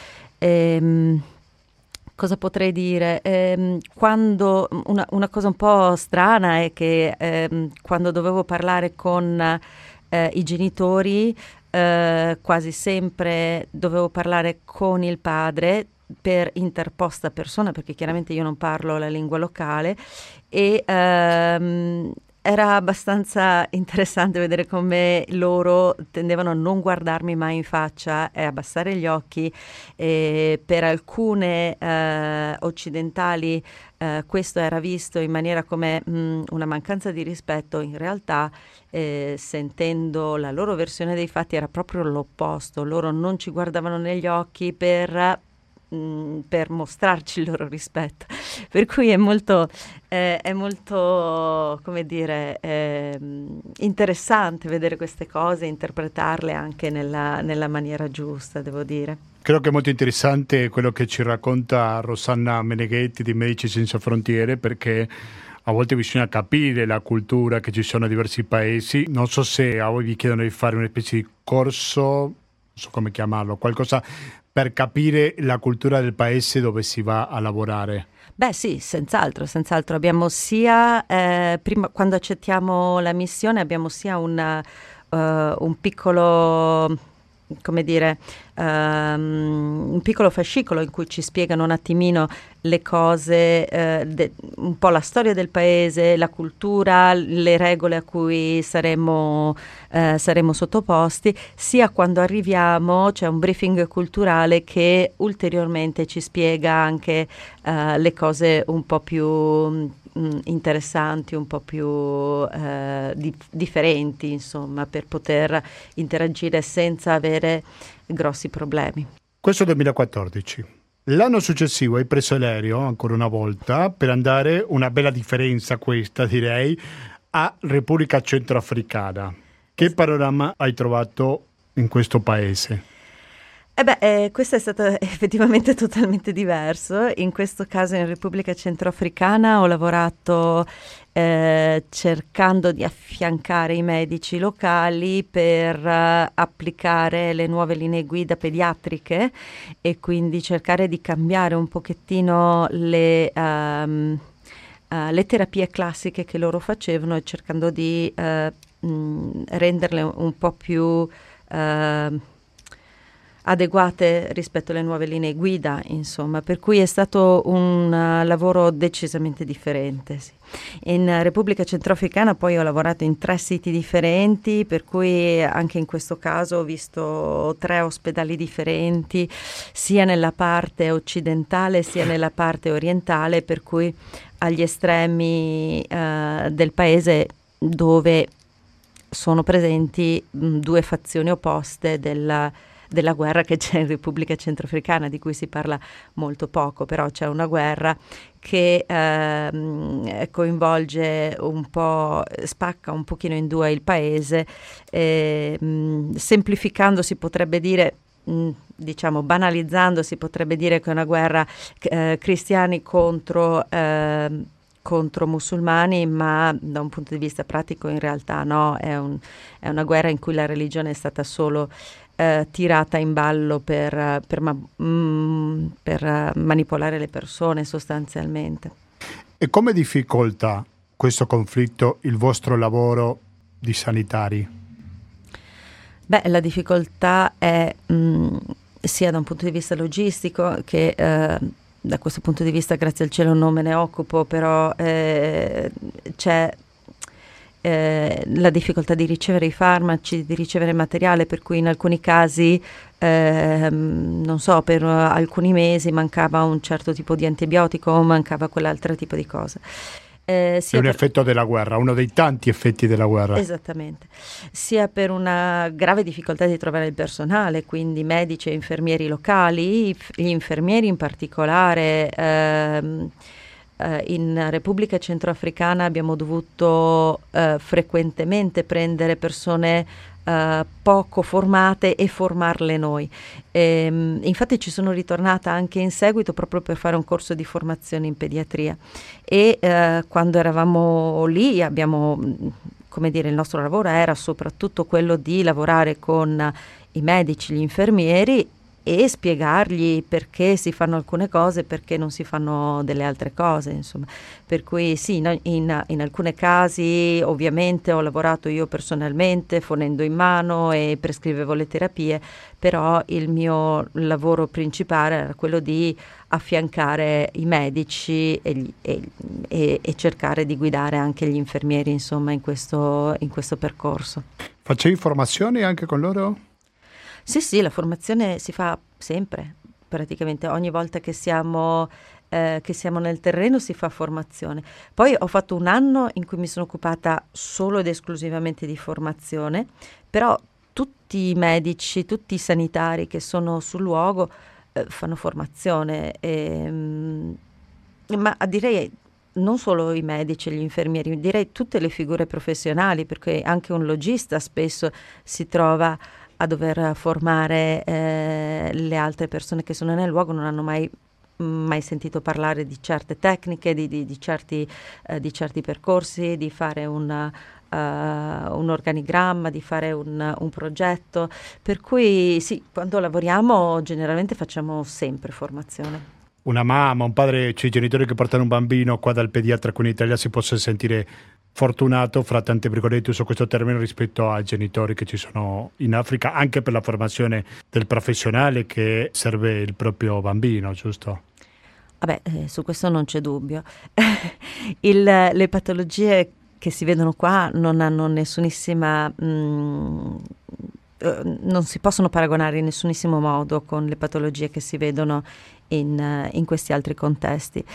Cosa potrei dire? Quando una cosa un po' strana è che quando dovevo parlare con i genitori, quasi sempre dovevo parlare con il padre per interposta persona, perché chiaramente io non parlo la lingua locale, e era abbastanza interessante vedere come loro tendevano a non guardarmi mai in faccia e abbassare gli occhi. Per alcune occidentali questo era visto in maniera come una mancanza di rispetto. In realtà, sentendo la loro versione dei fatti, era proprio l'opposto. Loro non ci guardavano negli occhi per mostrarci il loro rispetto, per cui è molto come dire, interessante vedere queste cose, interpretarle anche nella maniera giusta, devo dire. Credo che è molto interessante quello che ci racconta Rosanna Meneghetti di Medici Senza Frontiere, perché a volte bisogna capire la cultura che ci sono in diversi paesi. Non so se a voi vi chiedono di fare una specie di corso, non so come chiamarlo, qualcosa per capire la cultura del paese dove si va a lavorare. Beh sì, senz'altro. Abbiamo sia, prima, quando accettiamo la missione, abbiamo sia un piccolo, come dire, un piccolo fascicolo in cui ci spiegano un attimino le cose, un po' la storia del paese, la cultura, le regole a cui saremo sottoposti. Sia quando arriviamo c'è un briefing culturale che ulteriormente ci spiega anche le cose un po' più interessanti, un po' più differenti, insomma, per poter interagire senza avere grossi problemi. Questo è 2014. L'anno successivo hai preso l'aereo, ancora una volta, per andare, una bella differenza questa direi, a Repubblica Centroafricana. Che panorama hai trovato in questo paese? Questo è stato effettivamente totalmente diverso. In questo caso in Repubblica Centroafricana ho lavorato cercando di affiancare i medici locali per applicare le nuove linee guida pediatriche e quindi cercare di cambiare un pochettino le terapie classiche che loro facevano, e cercando di renderle un po' più adeguate rispetto alle nuove linee guida, insomma, per cui è stato un lavoro decisamente differente. Sì. In Repubblica Centrafricana poi ho lavorato in 3 siti differenti, per cui anche in questo caso ho visto 3 ospedali differenti, sia nella parte occidentale sia nella parte orientale, per cui agli estremi del paese, dove sono presenti 2 fazioni opposte della guerra che c'è in Repubblica Centrafricana, di cui si parla molto poco, però c'è una guerra che coinvolge un po', spacca un pochino in 2 il paese, semplificando si potrebbe dire, diciamo banalizzando, si potrebbe dire che è una guerra cristiani contro musulmani, ma da un punto di vista pratico in realtà no, è una guerra in cui la religione è stata solo tirata in ballo per manipolare le persone sostanzialmente. E come difficolta questo conflitto il vostro lavoro di sanitari? Beh, la difficoltà è sia da un punto di vista logistico che da questo punto di vista, grazie al cielo, non me ne occupo, però c'è la difficoltà di ricevere i farmaci, di ricevere materiale, per cui in alcuni casi, non so, per alcuni mesi mancava un certo tipo di antibiotico o mancava quell'altro tipo di cosa. È un effetto della guerra, uno dei tanti effetti della guerra. Esattamente, sia per una grave difficoltà di trovare il personale, quindi medici e infermieri locali, gli infermieri in particolare. In Repubblica Centroafricana abbiamo dovuto frequentemente prendere persone poco formate e formarle noi. Infatti ci sono ritornata anche in seguito proprio per fare un corso di formazione in pediatria, e quando eravamo lì abbiamo, come dire, il nostro lavoro era soprattutto quello di lavorare con i medici, gli infermieri, e spiegargli perché si fanno alcune cose, perché non si fanno delle altre cose, insomma. Per cui sì, in alcuni casi ovviamente ho lavorato io personalmente, fonendo in mano e prescrivevo le terapie, però il mio lavoro principale era quello di affiancare i medici e cercare di guidare anche gli infermieri, insomma, in questo percorso. Facevi formazioni anche con loro? Sì, la formazione si fa sempre, praticamente ogni volta che siamo nel terreno si fa formazione. Poi ho fatto un anno in cui mi sono occupata solo ed esclusivamente di formazione, però tutti i medici, tutti i sanitari che sono sul luogo fanno formazione, ma direi non solo i medici e gli infermieri, direi tutte le figure professionali, perché anche un logista spesso si trova a dover formare le altre persone che sono nel luogo, non hanno mai sentito parlare di certe tecniche, di certi percorsi, di fare un organigramma, di fare un progetto, per cui sì, quando lavoriamo generalmente facciamo sempre formazione. Una mamma, un padre, cioè i genitori che portano un bambino qua dal pediatra qui in Italia si possa sentire fortunato, fra tante virgolette uso questo termine, rispetto ai genitori che ci sono in Africa, anche per la formazione del professionale che serve il proprio bambino, giusto? Vabbè, su questo non c'è dubbio. Le patologie che si vedono qua non hanno nessunissima... non si possono paragonare in nessunissimo modo con le patologie che si vedono in questi altri contesti.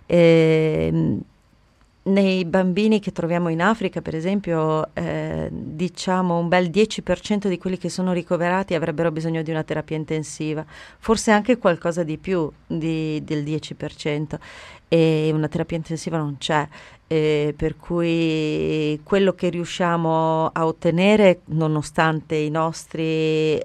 Nei bambini che troviamo in Africa, per esempio, diciamo un bel 10% di quelli che sono ricoverati avrebbero bisogno di una terapia intensiva, forse anche qualcosa di più del 10%, e una terapia intensiva non c'è, per cui quello che riusciamo a ottenere, nonostante i nostri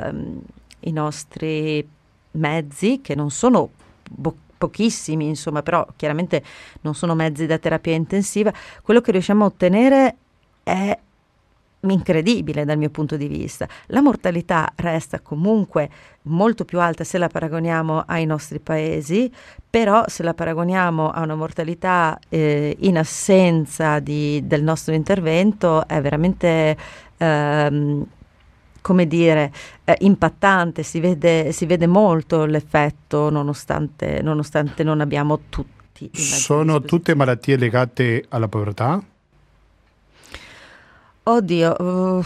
mezzi, che non sono pochissimi, insomma, però chiaramente non sono mezzi da terapia intensiva, quello che riusciamo a ottenere è incredibile dal mio punto di vista. La mortalità resta comunque molto più alta se la paragoniamo ai nostri paesi, però se la paragoniamo a una mortalità in assenza del nostro intervento è veramente come dire, impattante, si vede molto l'effetto nonostante non abbiamo tutti i mezzi a Sono disposizione. tutte malattie legate alla povertà? Oddio,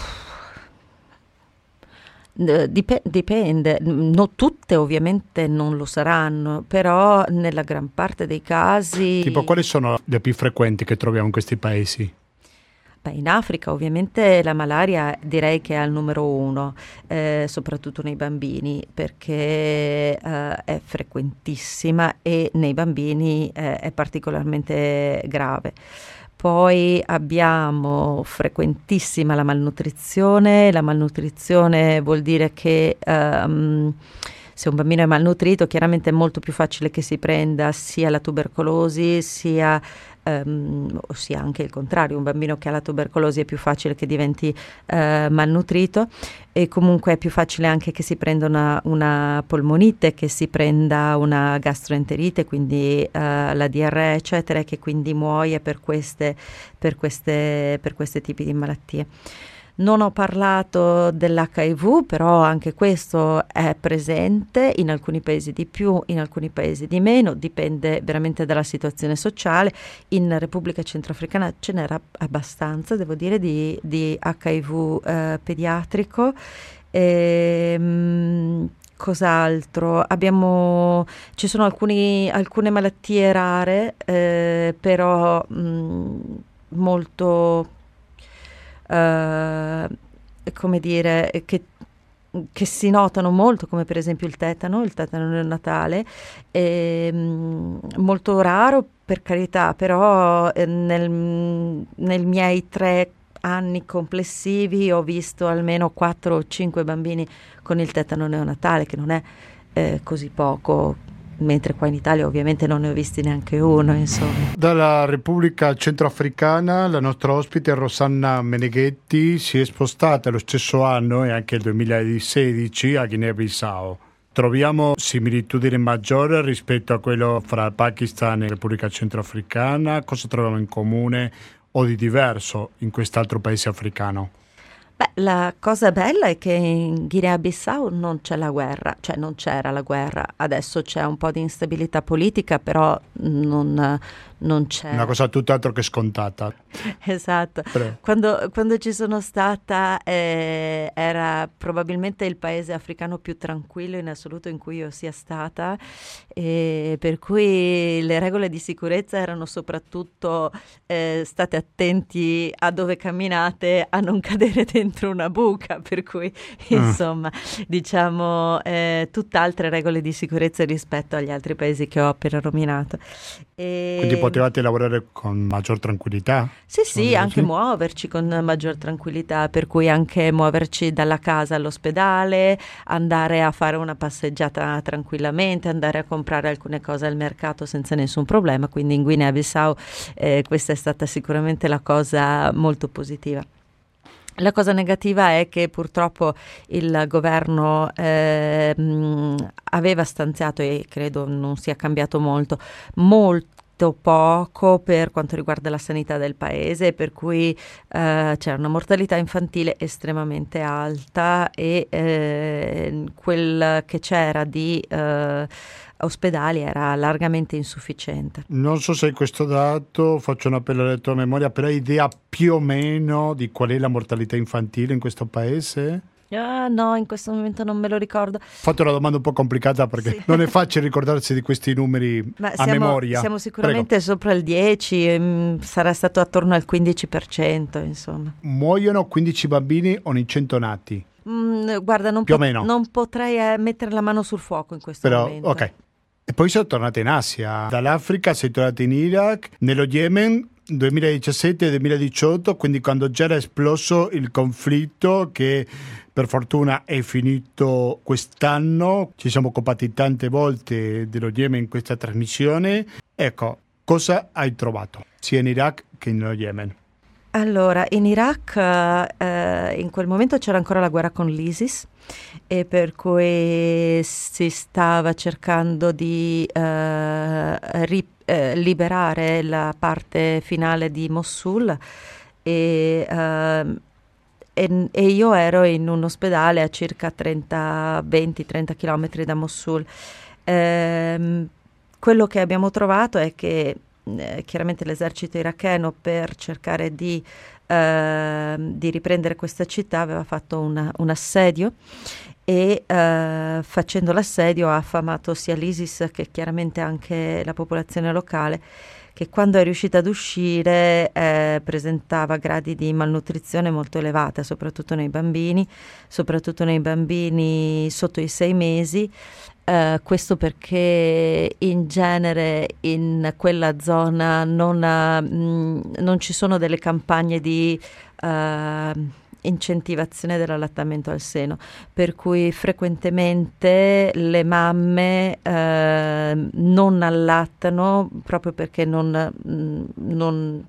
dipende, tutte ovviamente non lo saranno, però nella gran parte dei casi. Tipo, quali sono le più frequenti che troviamo in questi paesi? Beh, in Africa ovviamente la malaria direi che è al numero 1, soprattutto nei bambini, perché è frequentissima e nei bambini è particolarmente grave. Poi abbiamo frequentissima la malnutrizione. La malnutrizione vuol dire che se un bambino è malnutrito, chiaramente è molto più facile che si prenda sia la tubercolosi, sia anche il contrario, un bambino che ha la tubercolosi è più facile che diventi malnutrito, e comunque è più facile anche che si prenda una polmonite, che si prenda una gastroenterite, quindi la diarrea eccetera, e che quindi muoia per questi tipi di malattie. Non ho parlato dell'HIV, però anche questo è presente in alcuni paesi di più, in alcuni paesi di meno, dipende veramente dalla situazione sociale. In Repubblica Centroafricana ce n'era abbastanza, devo dire, di HIV pediatrico. Cos'altro? Ci sono alcune malattie rare, però molto come dire, che si notano molto, come per esempio il tetano neonatale, molto raro per carità, però nei miei 3 anni complessivi ho visto almeno 4 o 5 bambini con il tetano neonatale, che non è così poco, mentre qua in Italia ovviamente non ne ho visti neanche uno, insomma. Dalla Repubblica Centroafricana la nostra ospite Rosanna Meneghetti si è spostata lo stesso anno e anche il 2016 a Guinea-Bissau. Troviamo similitudini maggiori rispetto a quello fra Pakistan e Repubblica Centroafricana? Cosa troviamo in comune o di diverso in quest'altro paese africano? Beh, la cosa bella è che in Guinea-Bissau non c'è la guerra, cioè non c'era la guerra, adesso c'è un po' di instabilità politica, però non c'è. Una cosa tutt'altro che scontata. Esatto. Quando ci sono stata era probabilmente il paese africano più tranquillo in assoluto in cui io sia stata, e per cui le regole di sicurezza erano soprattutto state attenti a dove camminate, a non cadere dentro una buca, per cui insomma diciamo tutt'altre regole di sicurezza rispetto agli altri paesi che ho appena nominato. Quindi potevate lavorare con maggior tranquillità? Sì, anche muoverci con maggior tranquillità, per cui anche muoverci dalla casa all'ospedale, andare a fare una passeggiata tranquillamente, andare a comprare alcune cose al mercato senza nessun problema, quindi in Guinea-Bissau questa è stata sicuramente la cosa molto positiva. La cosa negativa è che purtroppo il governo aveva stanziato, e credo non sia cambiato molto poco per quanto riguarda la sanità del paese, per cui c'era una mortalità infantile estremamente alta, e quel che c'era di ospedali era largamente insufficiente. Non so se hai questo dato, faccio un appello alla tua memoria, però hai idea più o meno di qual è la mortalità infantile in questo paese? No, in questo momento non me lo ricordo. Ho fatto una domanda un po' complicata perché Sì. non è facile ricordarsi di questi numeri a memoria. Siamo sicuramente sopra il 10, sarà stato attorno al 15%, insomma. Muoiono 15 bambini ogni 100 nati. Guarda, Più o meno. non potrei mettere la mano sul fuoco in questo Però, momento. ok. E poi sei tornata in Asia. Dall'Africa sei tornata in Iraq, nello Yemen 2017 e 2018, quindi quando già era esploso il conflitto che per fortuna è finito quest'anno. Ci siamo occupati tante volte dello Yemen in questa trasmissione. Ecco, cosa hai trovato sia in Iraq che nello Yemen? Allora, in Iraq in quel momento c'era ancora la guerra con l'ISIS, e per cui si stava cercando di liberare la parte finale di Mosul, e e io ero in un ospedale a circa 20-30 chilometri da Mosul. Quello che abbiamo trovato è che chiaramente l'esercito iracheno, per cercare di riprendere questa città, aveva fatto un assedio, e facendo l'assedio ha affamato sia l'ISIS che chiaramente anche la popolazione locale, che quando è riuscita ad uscire presentava gradi di malnutrizione molto elevata, soprattutto nei bambini sotto i 6 mesi. Questo perché in genere in quella zona non ci sono delle campagne di incentivazione dell'allattamento al seno, per cui frequentemente le mamme non allattano proprio perché non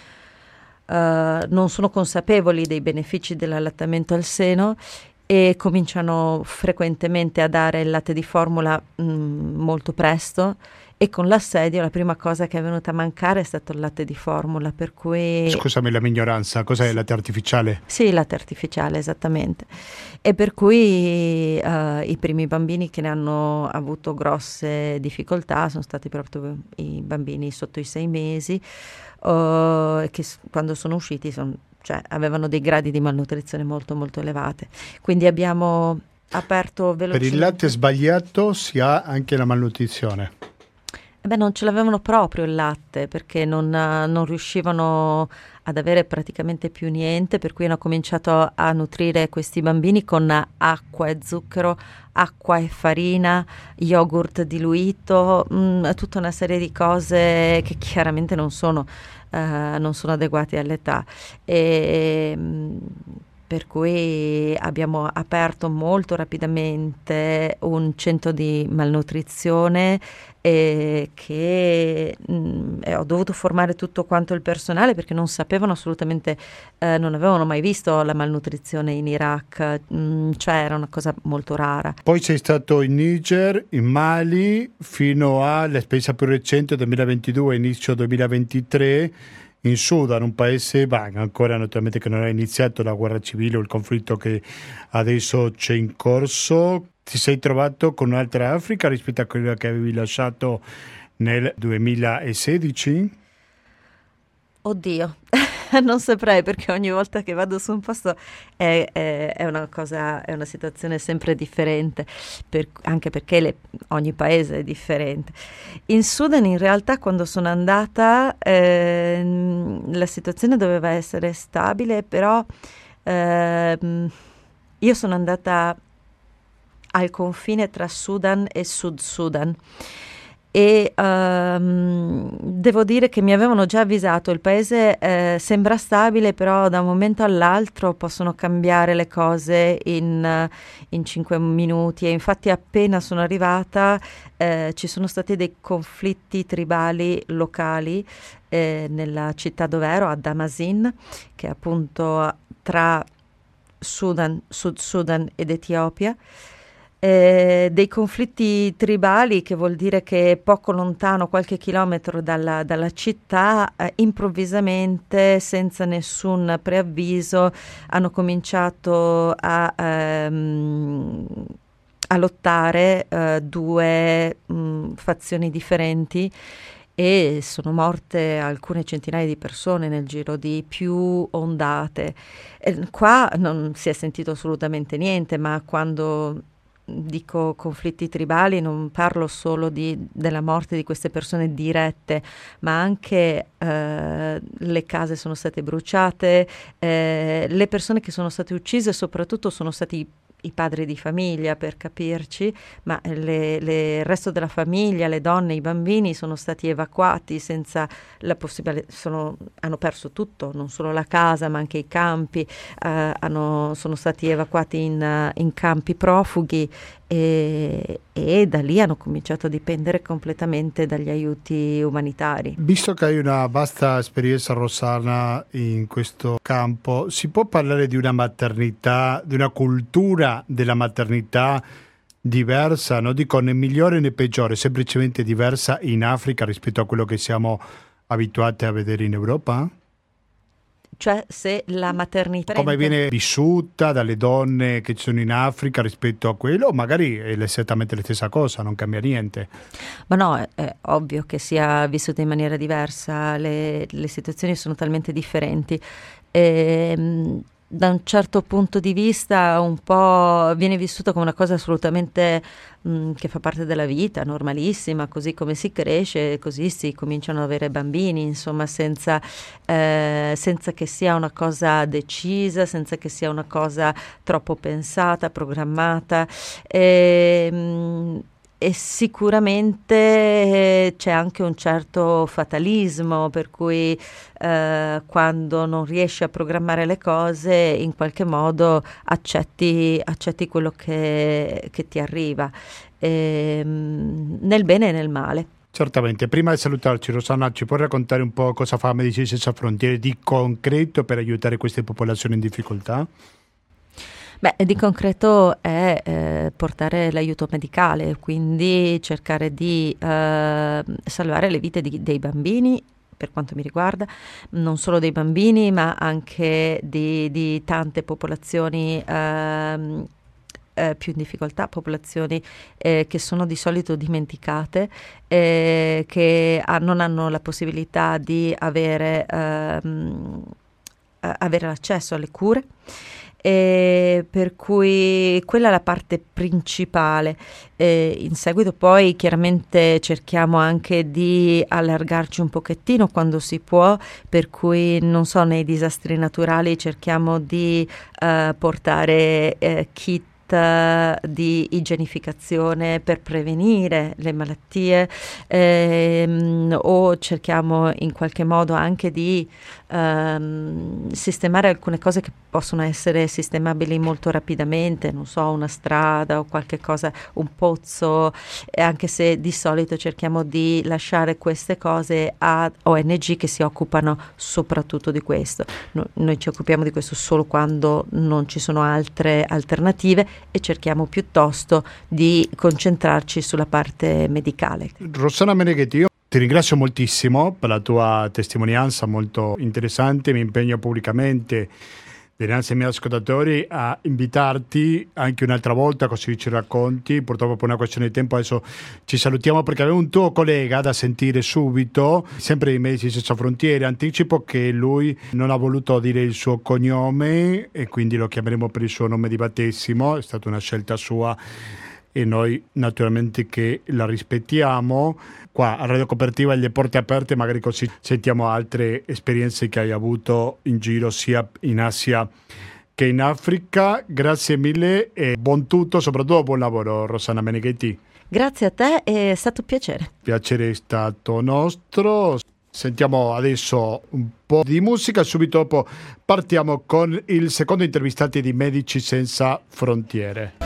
sono consapevoli dei benefici dell'allattamento al seno, e cominciano frequentemente a dare il latte di formula molto presto, e con l'assedio la prima cosa che è venuta a mancare è stato il latte di formula, per cui... Scusami la minoranza, cos'è il latte artificiale? Sì, il latte artificiale, esattamente. E per cui i primi bambini che ne hanno avuto grosse difficoltà sono stati proprio i bambini sotto i 6 mesi, che quando sono usciti avevano dei gradi di malnutrizione molto molto elevate. Quindi abbiamo aperto velocemente. Per il latte sbagliato si ha anche la malnutrizione. Non ce l'avevano proprio il latte, perché non riuscivano ad avere praticamente più niente, per cui hanno cominciato a nutrire questi bambini con acqua e zucchero, acqua e farina, yogurt diluito, tutta una serie di cose che chiaramente non sono adeguate all'età. Per cui abbiamo aperto molto rapidamente un centro di malnutrizione, che ho dovuto formare tutto quanto il personale, perché non sapevano assolutamente, non avevano mai visto la malnutrizione in Iraq, era una cosa molto rara. Poi sei stato in Niger, in Mali, fino all'esperienza più recente 2022, inizio 2023, in Sudan, un paese ancora naturalmente che non è iniziato la guerra civile o il conflitto che adesso c'è in corso. Ti sei trovato con un'altra Africa rispetto a quella che avevi lasciato nel 2016? Oddio, non saprei, perché ogni volta che vado su un posto è una situazione sempre differente, anche perché ogni paese è differente. In Sudan in realtà quando sono andata la situazione doveva essere stabile, però io sono andata al confine tra Sudan e Sud Sudan, e devo dire che mi avevano già avvisato, il paese sembra stabile, però da un momento all'altro possono cambiare le cose in 5 minuti, e infatti appena sono arrivata ci sono stati dei conflitti tribali locali nella città dove ero, a Damazin, che è appunto tra Sudan, Sud Sudan ed Etiopia. Dei conflitti tribali, che vuol dire che poco lontano, qualche chilometro dalla città, improvvisamente, senza nessun preavviso, hanno cominciato a lottare due fazioni differenti, e sono morte alcune centinaia di persone nel giro di più ondate. Qua non si è sentito assolutamente niente, ma quando dico conflitti tribali non parlo solo della morte di queste persone dirette, ma anche le case sono state bruciate, le persone che sono state uccise soprattutto sono stati i padri di famiglia, per capirci, ma il resto della famiglia, le donne, i bambini sono stati evacuati senza la possibilità, hanno perso tutto, non solo la casa ma anche i campi, sono stati evacuati in campi profughi, e da lì hanno cominciato a dipendere completamente dagli aiuti umanitari. Visto che hai una vasta esperienza, Rossana, in questo campo, si può parlare di una maternità, di una cultura della maternità diversa, non dico né migliore né peggiore, semplicemente diversa in Africa rispetto a quello che siamo abituati a vedere in Europa? cioè se la maternità... Come viene vissuta dalle donne che ci sono in Africa rispetto a quello, magari è esattamente la stessa cosa, non cambia niente. Ma no, è ovvio che sia vissuta in maniera diversa, le situazioni sono talmente differenti. Da un certo punto di vista un po' viene vissuta come una cosa assolutamente che fa parte della vita, normalissima, così come si cresce, così si cominciano ad avere bambini, insomma, senza che sia una cosa decisa, senza che sia una cosa troppo pensata, programmata. E sicuramente c'è anche un certo fatalismo, per cui quando non riesci a programmare le cose, in qualche modo accetti quello che ti arriva, nel bene e nel male. Certamente. Prima di salutarci, Rossana, ci puoi raccontare un po' cosa fa Medici Senza Frontiere di concreto per aiutare queste popolazioni in difficoltà? Beh, di concreto è portare l'aiuto medicale, quindi cercare di salvare le vite dei bambini, per quanto mi riguarda, non solo dei bambini, ma anche di tante popolazioni più in difficoltà, popolazioni che sono di solito dimenticate, che non hanno la possibilità di avere l'accesso alle cure. Per cui quella è la parte principale. In seguito poi chiaramente cerchiamo anche di allargarci un pochettino quando si può, per cui non so, nei disastri naturali cerchiamo di portare kit di igienificazione per prevenire le malattie, o cerchiamo in qualche modo anche di sistemare alcune cose che possono essere sistemabili molto rapidamente, non so, una strada o qualche cosa, un pozzo, anche se di solito cerchiamo di lasciare queste cose a ONG che si occupano soprattutto di questo. Noi ci occupiamo di questo solo quando non ci sono altre alternative e cerchiamo piuttosto di concentrarci sulla parte medicale. Rossana Meneghetti, io ti ringrazio moltissimo per la tua testimonianza molto interessante. Mi impegno pubblicamente dinanzi ai miei ascoltatori a invitarti anche un'altra volta, così ci racconti. Purtroppo per una questione di tempo adesso ci salutiamo, perché avevo un tuo collega da sentire subito, sempre di Medici Senza Frontiere. Anticipo che lui non ha voluto dire il suo cognome e quindi lo chiameremo per il suo nome di battesimo. È stata una scelta sua e noi naturalmente che la rispettiamo. Qua a Radio Cooperativa le porte aperte, magari così sentiamo altre esperienze che hai avuto in giro sia in Asia che in Africa. Grazie mille e buon tutto, soprattutto buon lavoro, Rossana Meneghetti. Grazie a te, è stato un piacere. Piacere è stato nostro. Sentiamo adesso un po' di musica, subito dopo partiamo con il secondo intervistato di Medici Senza Frontiere.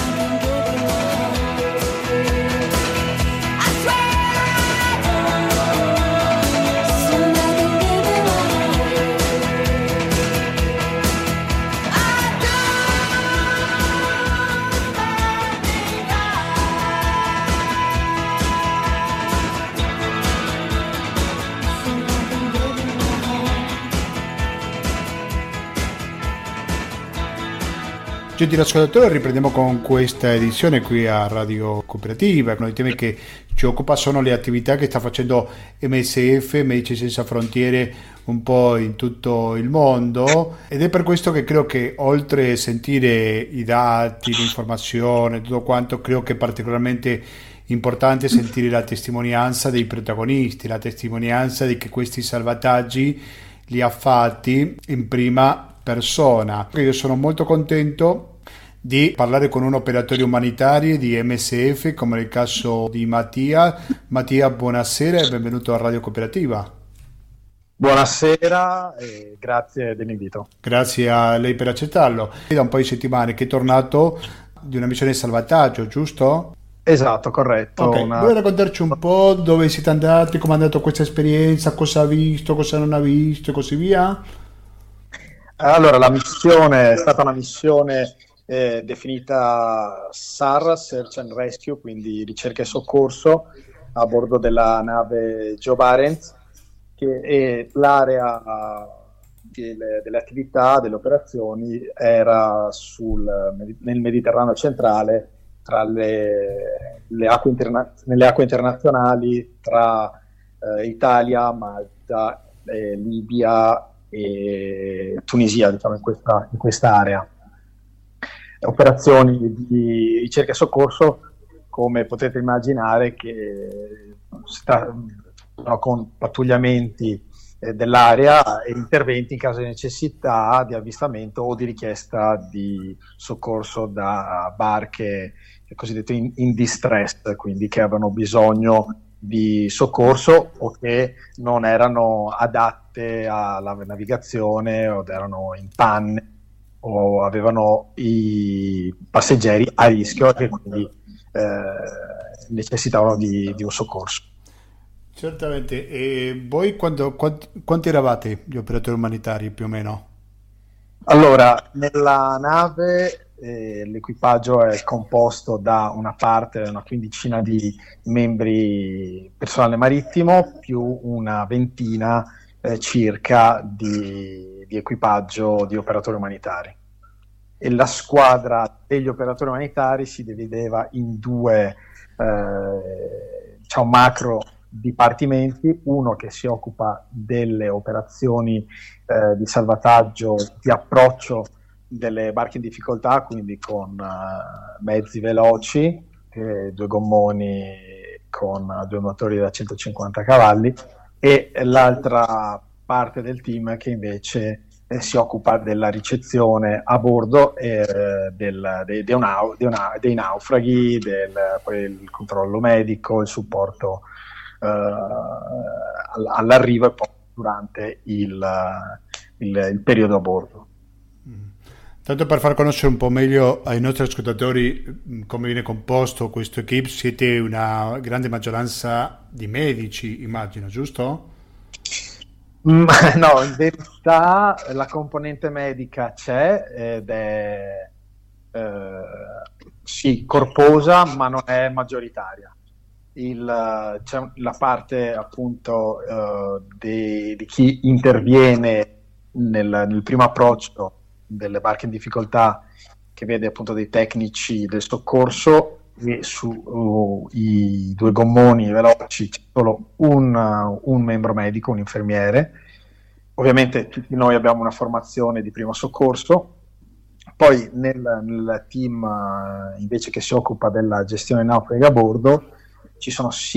Gentili ascoltatori, riprendiamo con questa edizione qui a Radio Cooperativa. Uno dei temi che ci occupa sono le attività che sta facendo MSF, Medici Senza Frontiere, un po' in tutto il mondo, ed è per questo che credo che oltre a sentire i dati, l'informazione, tutto quanto, credo che è particolarmente importante sentire la testimonianza dei protagonisti, la testimonianza di che questi salvataggi li ha fatti in prima persona. Io sono molto contento di parlare con un operatore umanitario di MSF, come nel caso di Mattia. Mattia, buonasera e benvenuto a Radio Cooperativa. Buonasera e grazie dell'invito. Grazie a lei per accettarlo. È da un paio di settimane che è tornato di una missione di salvataggio, giusto? Esatto, corretto. Okay. Vuoi raccontarci un po' dove siete andati, come è andata questa esperienza, cosa ha visto, cosa non ha visto e così via? Allora, la missione è stata una missione definita SAR, Search and Rescue, quindi ricerca e soccorso, a bordo della nave Joe Barents, che è l'area delle attività, delle operazioni era nel Mediterraneo centrale, tra nelle acque internazionali, tra Italia, Malta, Libia e Tunisia, diciamo, in questa area. Operazioni di ricerca e soccorso, come potete immaginare, che sono con pattugliamenti dell'area e interventi in caso di necessità di avvistamento o di richiesta di soccorso da barche cosiddette in distress, quindi che avevano bisogno di soccorso o che non erano adatte alla navigazione o erano in panne o avevano i passeggeri a rischio e quindi necessitavano di un soccorso. Certamente. E voi quanti eravate gli operatori umanitari più o meno? Allora, nella nave l'equipaggio è composto da una quindicina di membri personale marittimo più una ventina circa di equipaggio di operatori umanitari. E la squadra degli operatori umanitari si divideva in due macro dipartimenti, uno che si occupa delle operazioni di salvataggio, di approccio delle barche in difficoltà, quindi con mezzi veloci, 2 gommoni con 2 motori da 150 cavalli, e l'altra parte del team che invece si occupa della ricezione a bordo dei naufraghi, poi il controllo medico, il supporto all'arrivo e poi durante il periodo a bordo. Tanto per far conoscere un po' meglio ai nostri ascoltatori come viene composto questo equipe, siete una grande maggioranza di medici, immagino, giusto? No, in verità la componente medica c'è ed è sì, corposa, ma non è maggioritaria. C'è la parte appunto di chi interviene nel primo approccio delle barche in difficoltà, che vede appunto dei tecnici del soccorso, e i 2 gommoni veloci c'è solo un membro medico, un infermiere. Ovviamente tutti noi abbiamo una formazione di primo soccorso. Poi nel team invece che si occupa della gestione naufraghi a bordo c'è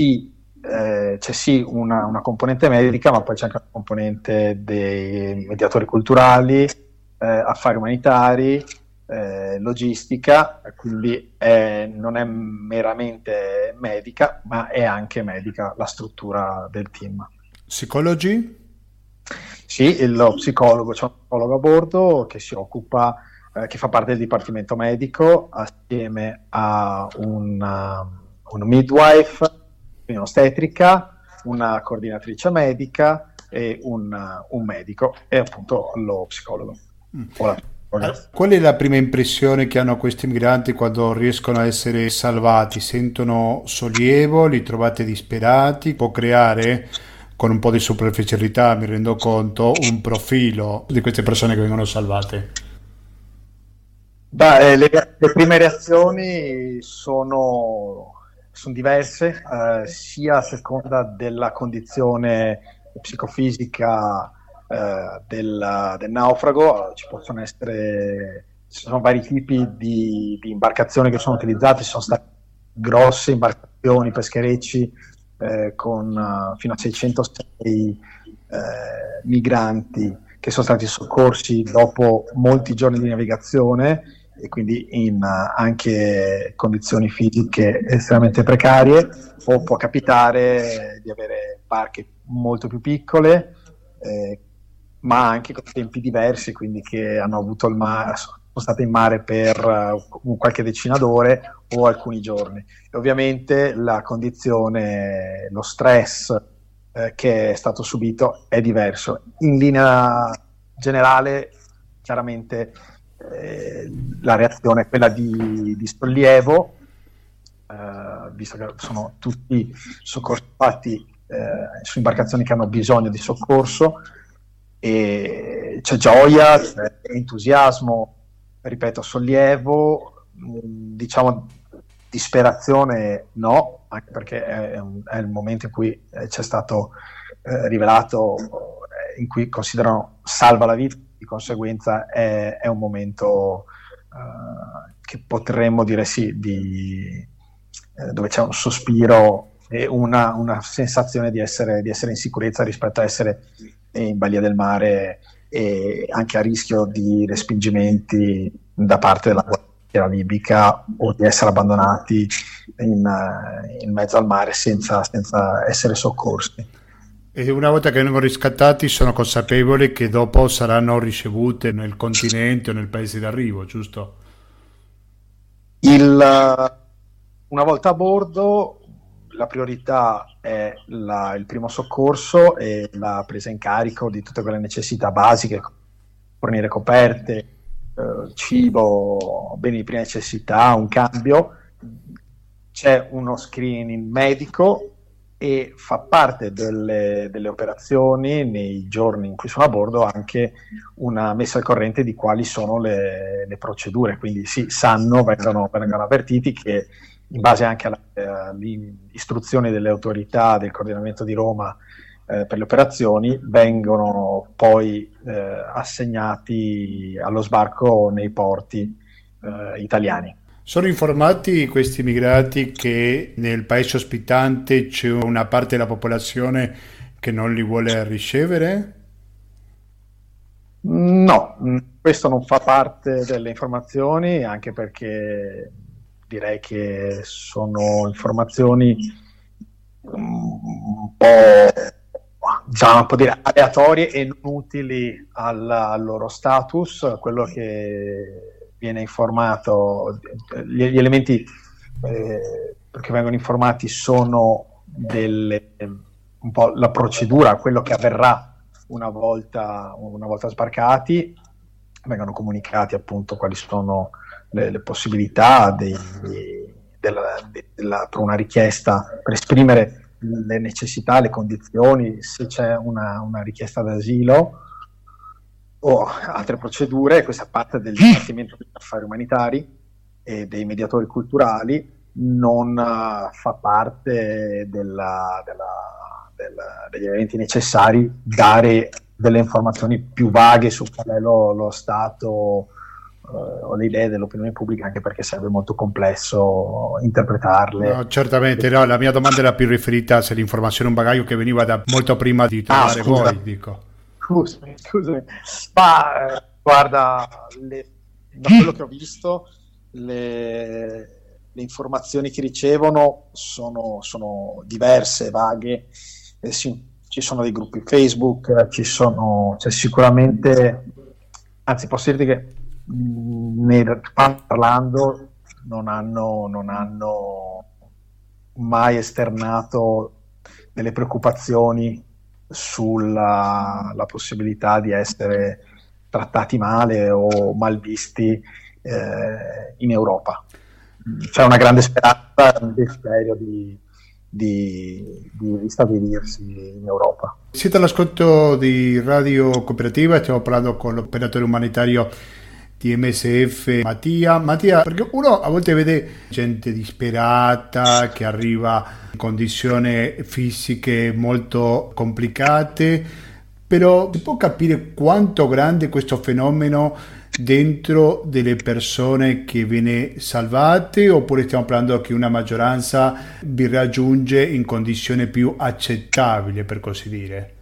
una componente medica, ma poi c'è anche una componente dei mediatori culturali, affari umanitari, logistica, quindi non è meramente medica, ma è anche medica la struttura del team. Psicologi? Sì, lo psicologo, c'è un psicologo a bordo che si occupa, che fa parte del dipartimento medico, assieme a un midwife, quindi un'ostetrica, una coordinatrice medica e un medico, e appunto lo psicologo. Qual è la prima impressione che hanno questi migranti quando riescono a essere salvati? Sentono sollievo? Li trovate disperati? Può creare, con un po' di superficialità, mi rendo conto, un profilo di queste persone che vengono salvate? Le prime reazioni sono diverse, sia a seconda della condizione psicofisica del naufrago. Ci sono vari tipi di imbarcazioni che sono utilizzate. Ci sono state grosse imbarcazioni, pescherecci con fino a 606 migranti che sono stati soccorsi dopo molti giorni di navigazione e quindi in anche condizioni fisiche estremamente precarie, o può capitare di avere barche molto più piccole, ma anche con tempi diversi, quindi che hanno avuto sono state in mare per qualche decina d'ore o alcuni giorni. E ovviamente la condizione, lo stress che è stato subito è diverso. In linea generale, chiaramente la reazione è quella di sollievo, visto che sono tutti soccorsi fatti su imbarcazioni che hanno bisogno di soccorso, e c'è gioia, c'è entusiasmo, ripeto, sollievo, diciamo disperazione no, anche perché è il momento in cui c'è stato rivelato, in cui considerano salva la vita, di conseguenza è un momento che potremmo dire sì, dove c'è un sospiro e una sensazione di essere in sicurezza rispetto a essere in balia del mare e anche a rischio di respingimenti da parte della guardia libica o di essere abbandonati in mezzo al mare senza essere soccorsi. E una volta che vengono riscattati sono consapevoli che dopo saranno ricevute nel continente o nel paese d'arrivo, giusto? Una volta a bordo la priorità è il primo soccorso e la presa in carico di tutte quelle necessità basiche, fornire coperte, cibo, beni di prima necessità, un cambio. C'è uno screening medico e fa parte delle operazioni nei giorni in cui sono a bordo anche una messa al corrente di quali sono le procedure, quindi sì, vengono avvertiti che in base anche alle istruzioni delle autorità del coordinamento di Roma per le operazioni, vengono poi assegnati allo sbarco nei porti italiani. Sono informati questi immigrati che nel paese ospitante c'è una parte della popolazione che non li vuole ricevere? No, questo non fa parte delle informazioni, anche perché direi che sono informazioni un po' dire aleatorie e non utili al loro status. Quello che viene informato, gli elementi che vengono informati sono un po' la procedura, quello che avverrà una volta sbarcati. Vengono comunicati appunto quali sono le possibilità per una richiesta, per esprimere le necessità, le condizioni, se c'è una richiesta d'asilo o altre procedure. Questa parte del Dipartimento degli Affari Umanitari e dei mediatori culturali non fa parte degli elementi necessari dare delle informazioni più vaghe su qual è lo stato o le idee dell'opinione pubblica, anche perché sarebbe molto complesso interpretarle. No, certamente, no, la mia domanda era più riferita se l'informazione è un bagaglio che veniva da molto prima di trovare voi, dico. Scusami. Ma guarda, da quello che ho visto, le informazioni che ricevono sono diverse, vaghe. Ci sono dei gruppi Facebook, c'è sicuramente, anzi posso dirti che parlando non hanno mai esternato delle preoccupazioni sulla possibilità di essere trattati male o mal visti in Europa. C'è una grande speranza, un desiderio di ristabilirsi in Europa. Siete all'ascolto di Radio Cooperativa, stiamo parlando con l'operatore umanitario di MSF Mattia, perché uno a volte vede gente disperata che arriva in condizioni fisiche molto complicate, però si può capire quanto grande è questo fenomeno dentro delle persone che viene salvate, oppure stiamo parlando che una maggioranza vi raggiunge in condizioni più accettabili, per così dire?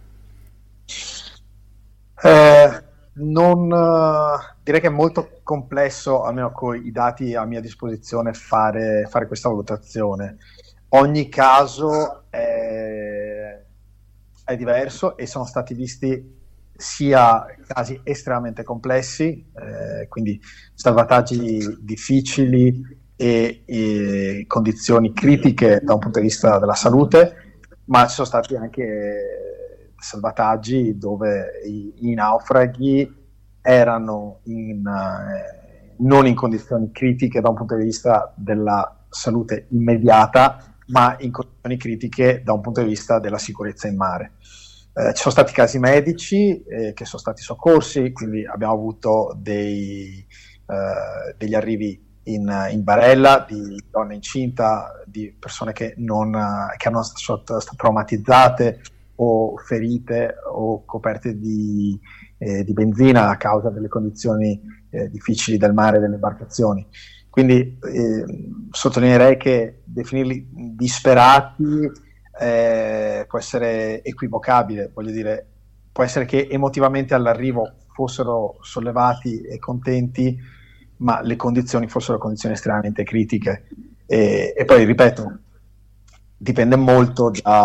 Direi che è molto complesso, almeno con i dati a mia disposizione, fare questa valutazione. Ogni caso è diverso e sono stati visti sia casi estremamente complessi, quindi salvataggi difficili e condizioni critiche da un punto di vista della salute, ma ci sono stati anche salvataggi dove i naufraghi erano non in condizioni critiche da un punto di vista della salute immediata, ma in condizioni critiche da un punto di vista della sicurezza in mare. Ci sono stati casi medici che sono stati soccorsi, quindi abbiamo avuto degli arrivi in barella di donne incinta, di persone che erano state traumatizzate o ferite o coperte di benzina a causa delle condizioni difficili del mare e delle imbarcazioni. Quindi sottolineerei che definirli disperati può essere equivocabile, voglio dire, può essere che emotivamente all'arrivo fossero sollevati e contenti, ma le condizioni fossero condizioni estremamente critiche. E poi, ripeto, dipende molto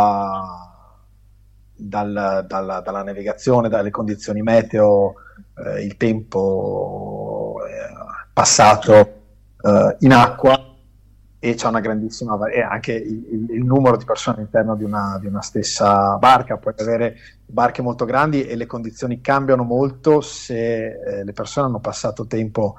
dalla navigazione, dalle condizioni meteo, il tempo passato in acqua, e c'è una grandissima e anche il numero di persone all'interno di una stessa barca. Puoi avere barche molto grandi e le condizioni cambiano molto se le persone hanno passato tempo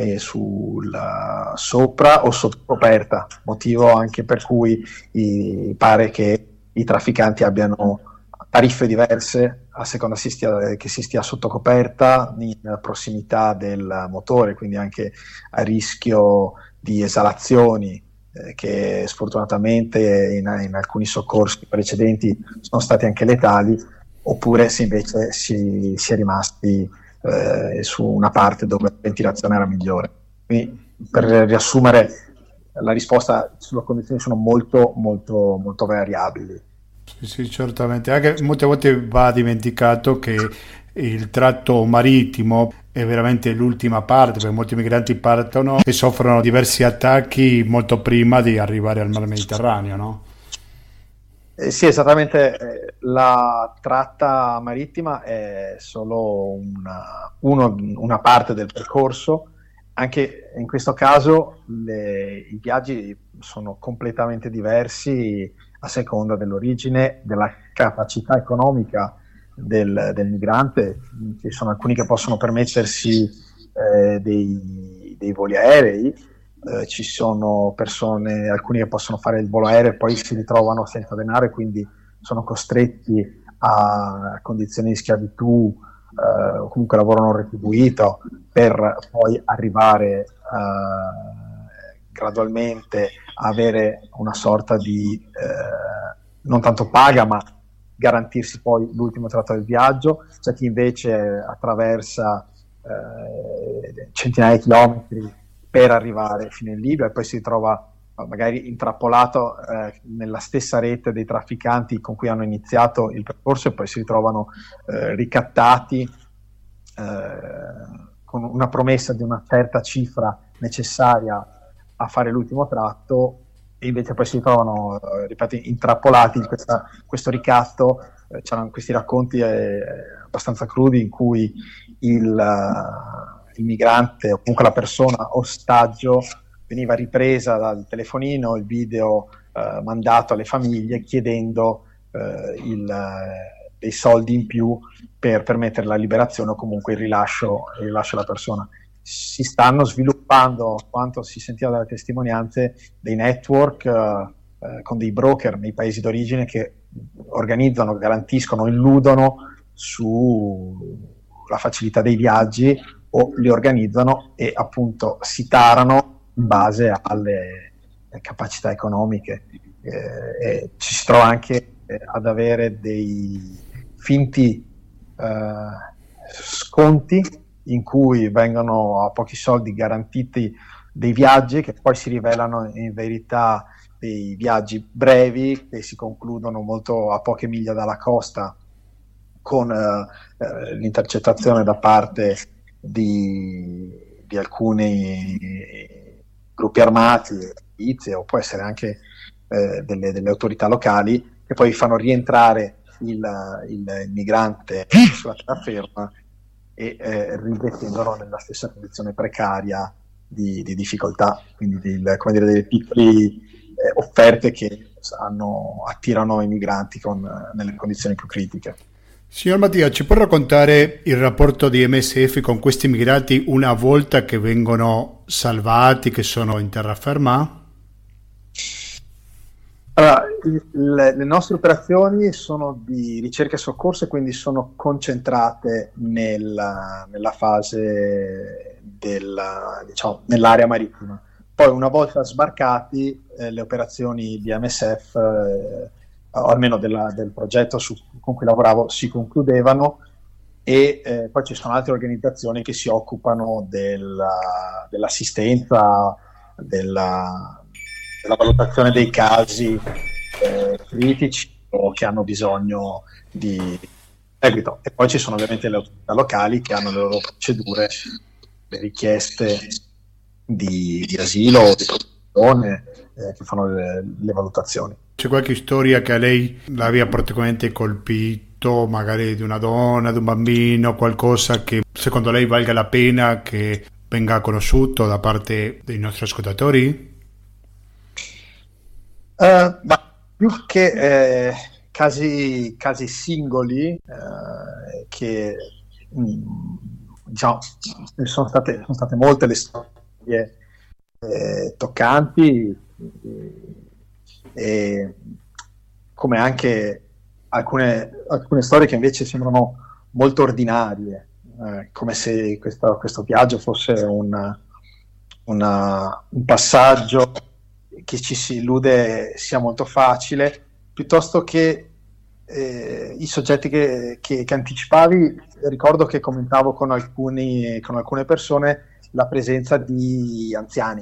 sopra o sotto coperta, motivo anche per cui pare che i trafficanti abbiano tariffe diverse a seconda che si stia sotto coperta, in prossimità del motore, quindi anche a rischio di esalazioni che sfortunatamente in alcuni soccorsi precedenti sono stati anche letali, oppure se invece si è rimasti su una parte dove la ventilazione era migliore. Quindi, per riassumere, la risposta sulle condizioni sono molto molto molto variabili. Sì, certamente. Anche molte volte va dimenticato che il tratto marittimo è veramente l'ultima parte, perché molti migranti partono e soffrono diversi attacchi molto prima di arrivare al Mar Mediterraneo, no? Sì, esattamente. La tratta marittima è solo una parte del percorso. Anche in questo caso i viaggi sono completamente diversi a seconda dell'origine, della capacità economica del migrante. Ci sono alcuni che possono permettersi dei voli aerei, ci sono alcuni che possono fare il volo aereo e poi si ritrovano senza denaro e quindi sono costretti a condizioni di schiavitù o comunque lavoro non retribuito, per poi arrivare gradualmente a avere una sorta di non tanto paga, ma garantirsi poi l'ultimo tratto del viaggio. C'è chi invece attraversa centinaia di chilometri per arrivare fino in Libia e poi si ritrova magari intrappolato nella stessa rete dei trafficanti con cui hanno iniziato il percorso, e poi si ritrovano ricattati con una promessa di una certa cifra necessaria a fare l'ultimo tratto, e invece poi si ritrovano, ripeto, intrappolati in questo ricatto. C'erano questi racconti abbastanza crudi in cui il migrante o comunque la persona ostaggio veniva ripresa dal telefonino, il video mandato alle famiglie chiedendo dei soldi in più per permettere la liberazione o comunque il rilascio della persona. Si stanno sviluppando, quanto si sentiva dalle testimonianze, dei network con dei broker nei paesi d'origine che organizzano, garantiscono, illudono sulla facilità dei viaggi, o li organizzano e appunto si tarano in base alle capacità economiche. Ci si trova anche ad avere dei finti sconti in cui vengono a pochi soldi garantiti dei viaggi che poi si rivelano in verità dei viaggi brevi che si concludono molto a poche miglia dalla costa, con l'intercettazione da parte di alcuni gruppi armati, milizie, o può essere anche delle autorità locali, che poi fanno rientrare il migrante sulla terraferma e rimettendono nella stessa condizione precaria di difficoltà, quindi delle piccole offerte che attirano i migranti nelle condizioni più critiche. Signor Mattia, ci può raccontare il rapporto di MSF con questi migranti una volta che vengono salvati, che sono in terraferma? Allora, le nostre operazioni sono di ricerca e soccorso e quindi sono concentrate nella fase diciamo, nell'area marittima. Poi una volta sbarcati, le operazioni di MSF, o almeno del progetto con cui lavoravo, si concludevano e poi ci sono altre organizzazioni che si occupano dell'assistenza, della valutazione dei casi critici o che hanno bisogno di seguito. E poi ci sono ovviamente le autorità locali che hanno le loro procedure, le richieste di asilo o di protezione, che fanno le valutazioni. C'è qualche storia che a lei l'abbia particolarmente colpito, magari di una donna, di un bambino, qualcosa che secondo lei valga la pena che venga conosciuto da parte dei nostri ascoltatori? Ma più che casi singoli, che diciamo, sono state molte le storie toccanti, e come anche alcune storie che invece sembrano molto ordinarie, come se questo viaggio fosse un passaggio che ci si illude sia molto facile, piuttosto che i soggetti che anticipavi. Ricordo che commentavo con alcune persone la presenza di anziani.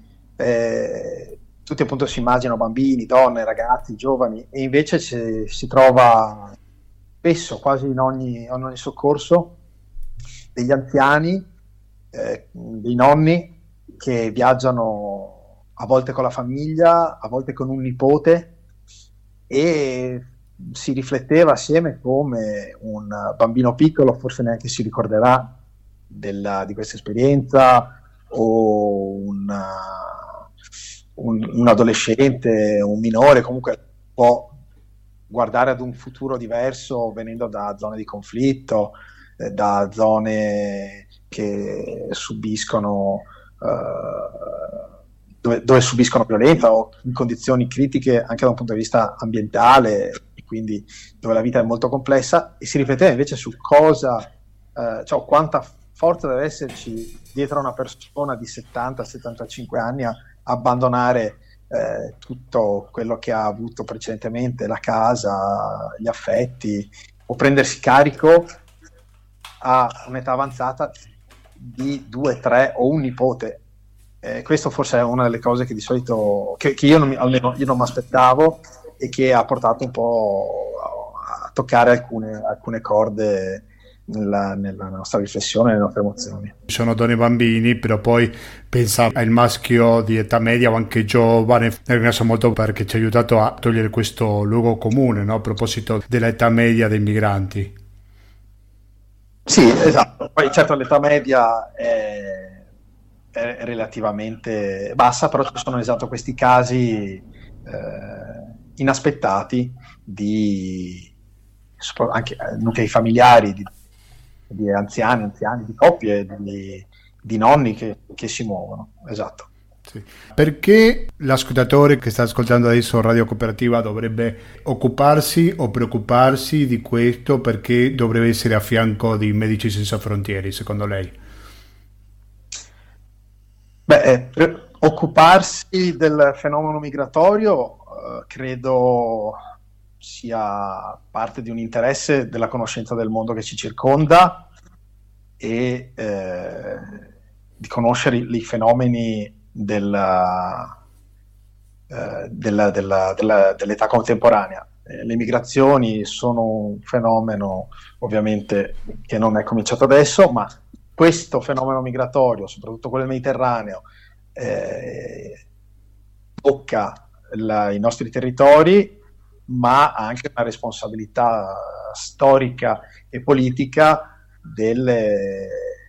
Tutti appunto si immaginano bambini, donne, ragazzi, giovani, e invece si trova spesso, quasi in ogni soccorso, degli anziani, dei nonni che viaggiano a volte con la famiglia, a volte con un nipote, e si rifletteva assieme come un bambino piccolo forse neanche si ricorderà di questa esperienza, o un adolescente, un minore, comunque può guardare ad un futuro diverso venendo da zone di conflitto, da zone che subiscono dove subiscono violenza o in condizioni critiche anche da un punto di vista ambientale, e quindi dove la vita è molto complessa, e si rifletteva invece su cosa, cioè quanta forza deve esserci dietro a una persona di 70-75 anni a abbandonare tutto quello che ha avuto precedentemente, la casa, gli affetti, o prendersi carico a un'età avanzata di 2, 3 o un nipote. Questo forse è una delle cose che di solito che io almeno io non mi aspettavo, e che ha portato un po' a toccare alcune corde nella nostra riflessione, nelle nostre emozioni. Ci sono donne e bambini, però poi pensa al maschio di età media o anche giovane. Ne ringrazio molto perché ci ha aiutato a togliere questo luogo comune, no? A proposito dell'età media dei migranti. Sì, esatto. Poi certo l'età media è relativamente bassa, però ci sono esatto questi casi inaspettati anche nuclei familiari di anziani, di coppie, di nonni che si muovono. Esatto. Sì. Perché l'ascoltatore che sta ascoltando adesso Radio Cooperativa dovrebbe occuparsi o preoccuparsi di questo? Perché dovrebbe essere a fianco di Medici Senza Frontiere, secondo lei? Per occuparsi del fenomeno migratorio credo sia parte di un interesse della conoscenza del mondo che ci circonda, e di conoscere i fenomeni dell'età contemporanea. Le migrazioni sono un fenomeno ovviamente che non è cominciato adesso, ma questo fenomeno migratorio, soprattutto quello del Mediterraneo, tocca i nostri territori, ma ha anche una responsabilità storica e politica delle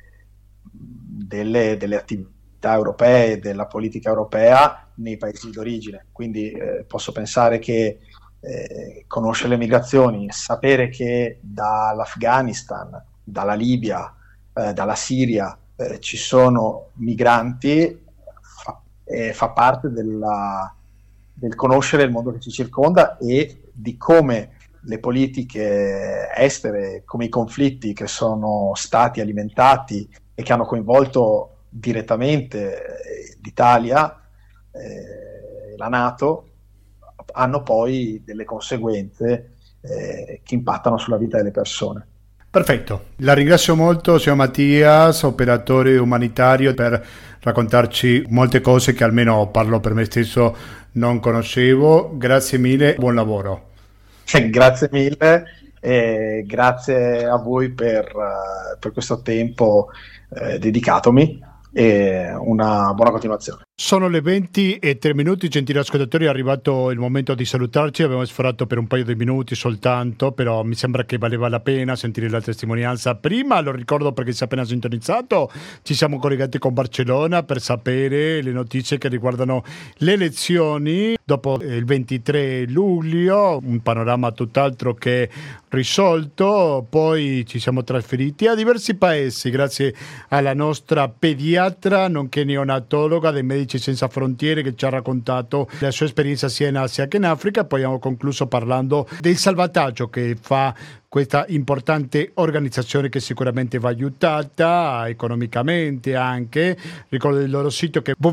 attività europee, della politica europea nei paesi d'origine. Quindi posso pensare che conoscere le migrazioni, sapere che dall'Afghanistan, dalla Libia, dalla Siria ci sono migranti, fa parte del conoscere il mondo che ci circonda e di come le politiche estere, come i conflitti che sono stati alimentati e che hanno coinvolto direttamente l'Italia, la NATO, hanno poi delle conseguenze che impattano sulla vita delle persone. Perfetto, la ringrazio molto signor Mattias, operatore umanitario, per raccontarci molte cose che almeno parlo per me stesso non conoscevo. Grazie mille, buon lavoro. Grazie mille e grazie a voi per questo tempo dedicatomi e una buona continuazione. Sono le 20:03, gentili ascoltatori, è arrivato il momento di salutarci. Abbiamo sforato per un paio di minuti soltanto, però mi sembra che valeva la pena sentire la testimonianza. Prima, lo ricordo perché si è appena sintonizzato, ci siamo collegati con Barcellona per sapere le notizie che riguardano le elezioni dopo il 23 luglio, un panorama tutt'altro che risolto. Poi ci siamo trasferiti a diversi paesi grazie alla nostra pediatra nonché neonatologa dei Medici Senza Frontiere, che ci ha raccontato la sua esperienza sia in Asia che in Africa. Poi abbiamo concluso parlando del salvataggio che fa questa importante organizzazione, che sicuramente va aiutata economicamente anche. Ricordo il loro sito che è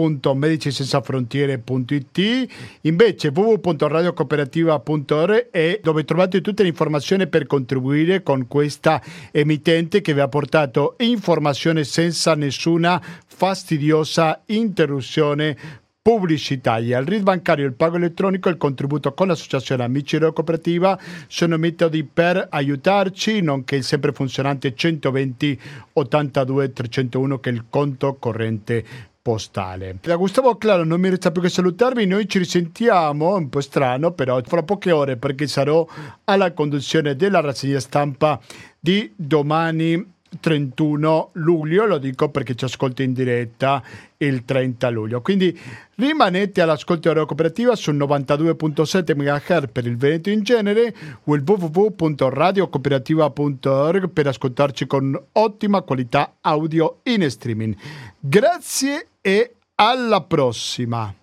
www.medicisensafrontiere.it, invece www.radiocooperativa.org è dove trovate tutte le informazioni per contribuire con questa emittente che vi ha portato informazione senza nessuna fastidiosa interruzione pubblicitaria. Il RID bancario, il pago elettronico e il contributo con l'associazione Amici Radio Cooperativa sono metodi per aiutarci, nonché il sempre funzionante 120 82 301 che è il conto corrente postale. Da Gustavo Claro non mi resta più che salutarvi. Noi ci risentiamo, un po' strano però, fra poche ore, perché sarò alla conduzione della rassegna stampa di domani 31 luglio, lo dico perché ci ascolto in diretta il 30 luglio, quindi rimanete all'ascolto di Radio Cooperativa sul 92.7 MHz per il Veneto in genere o il www.radiocooperativa.org per ascoltarci con ottima qualità audio in streaming. Grazie e alla prossima.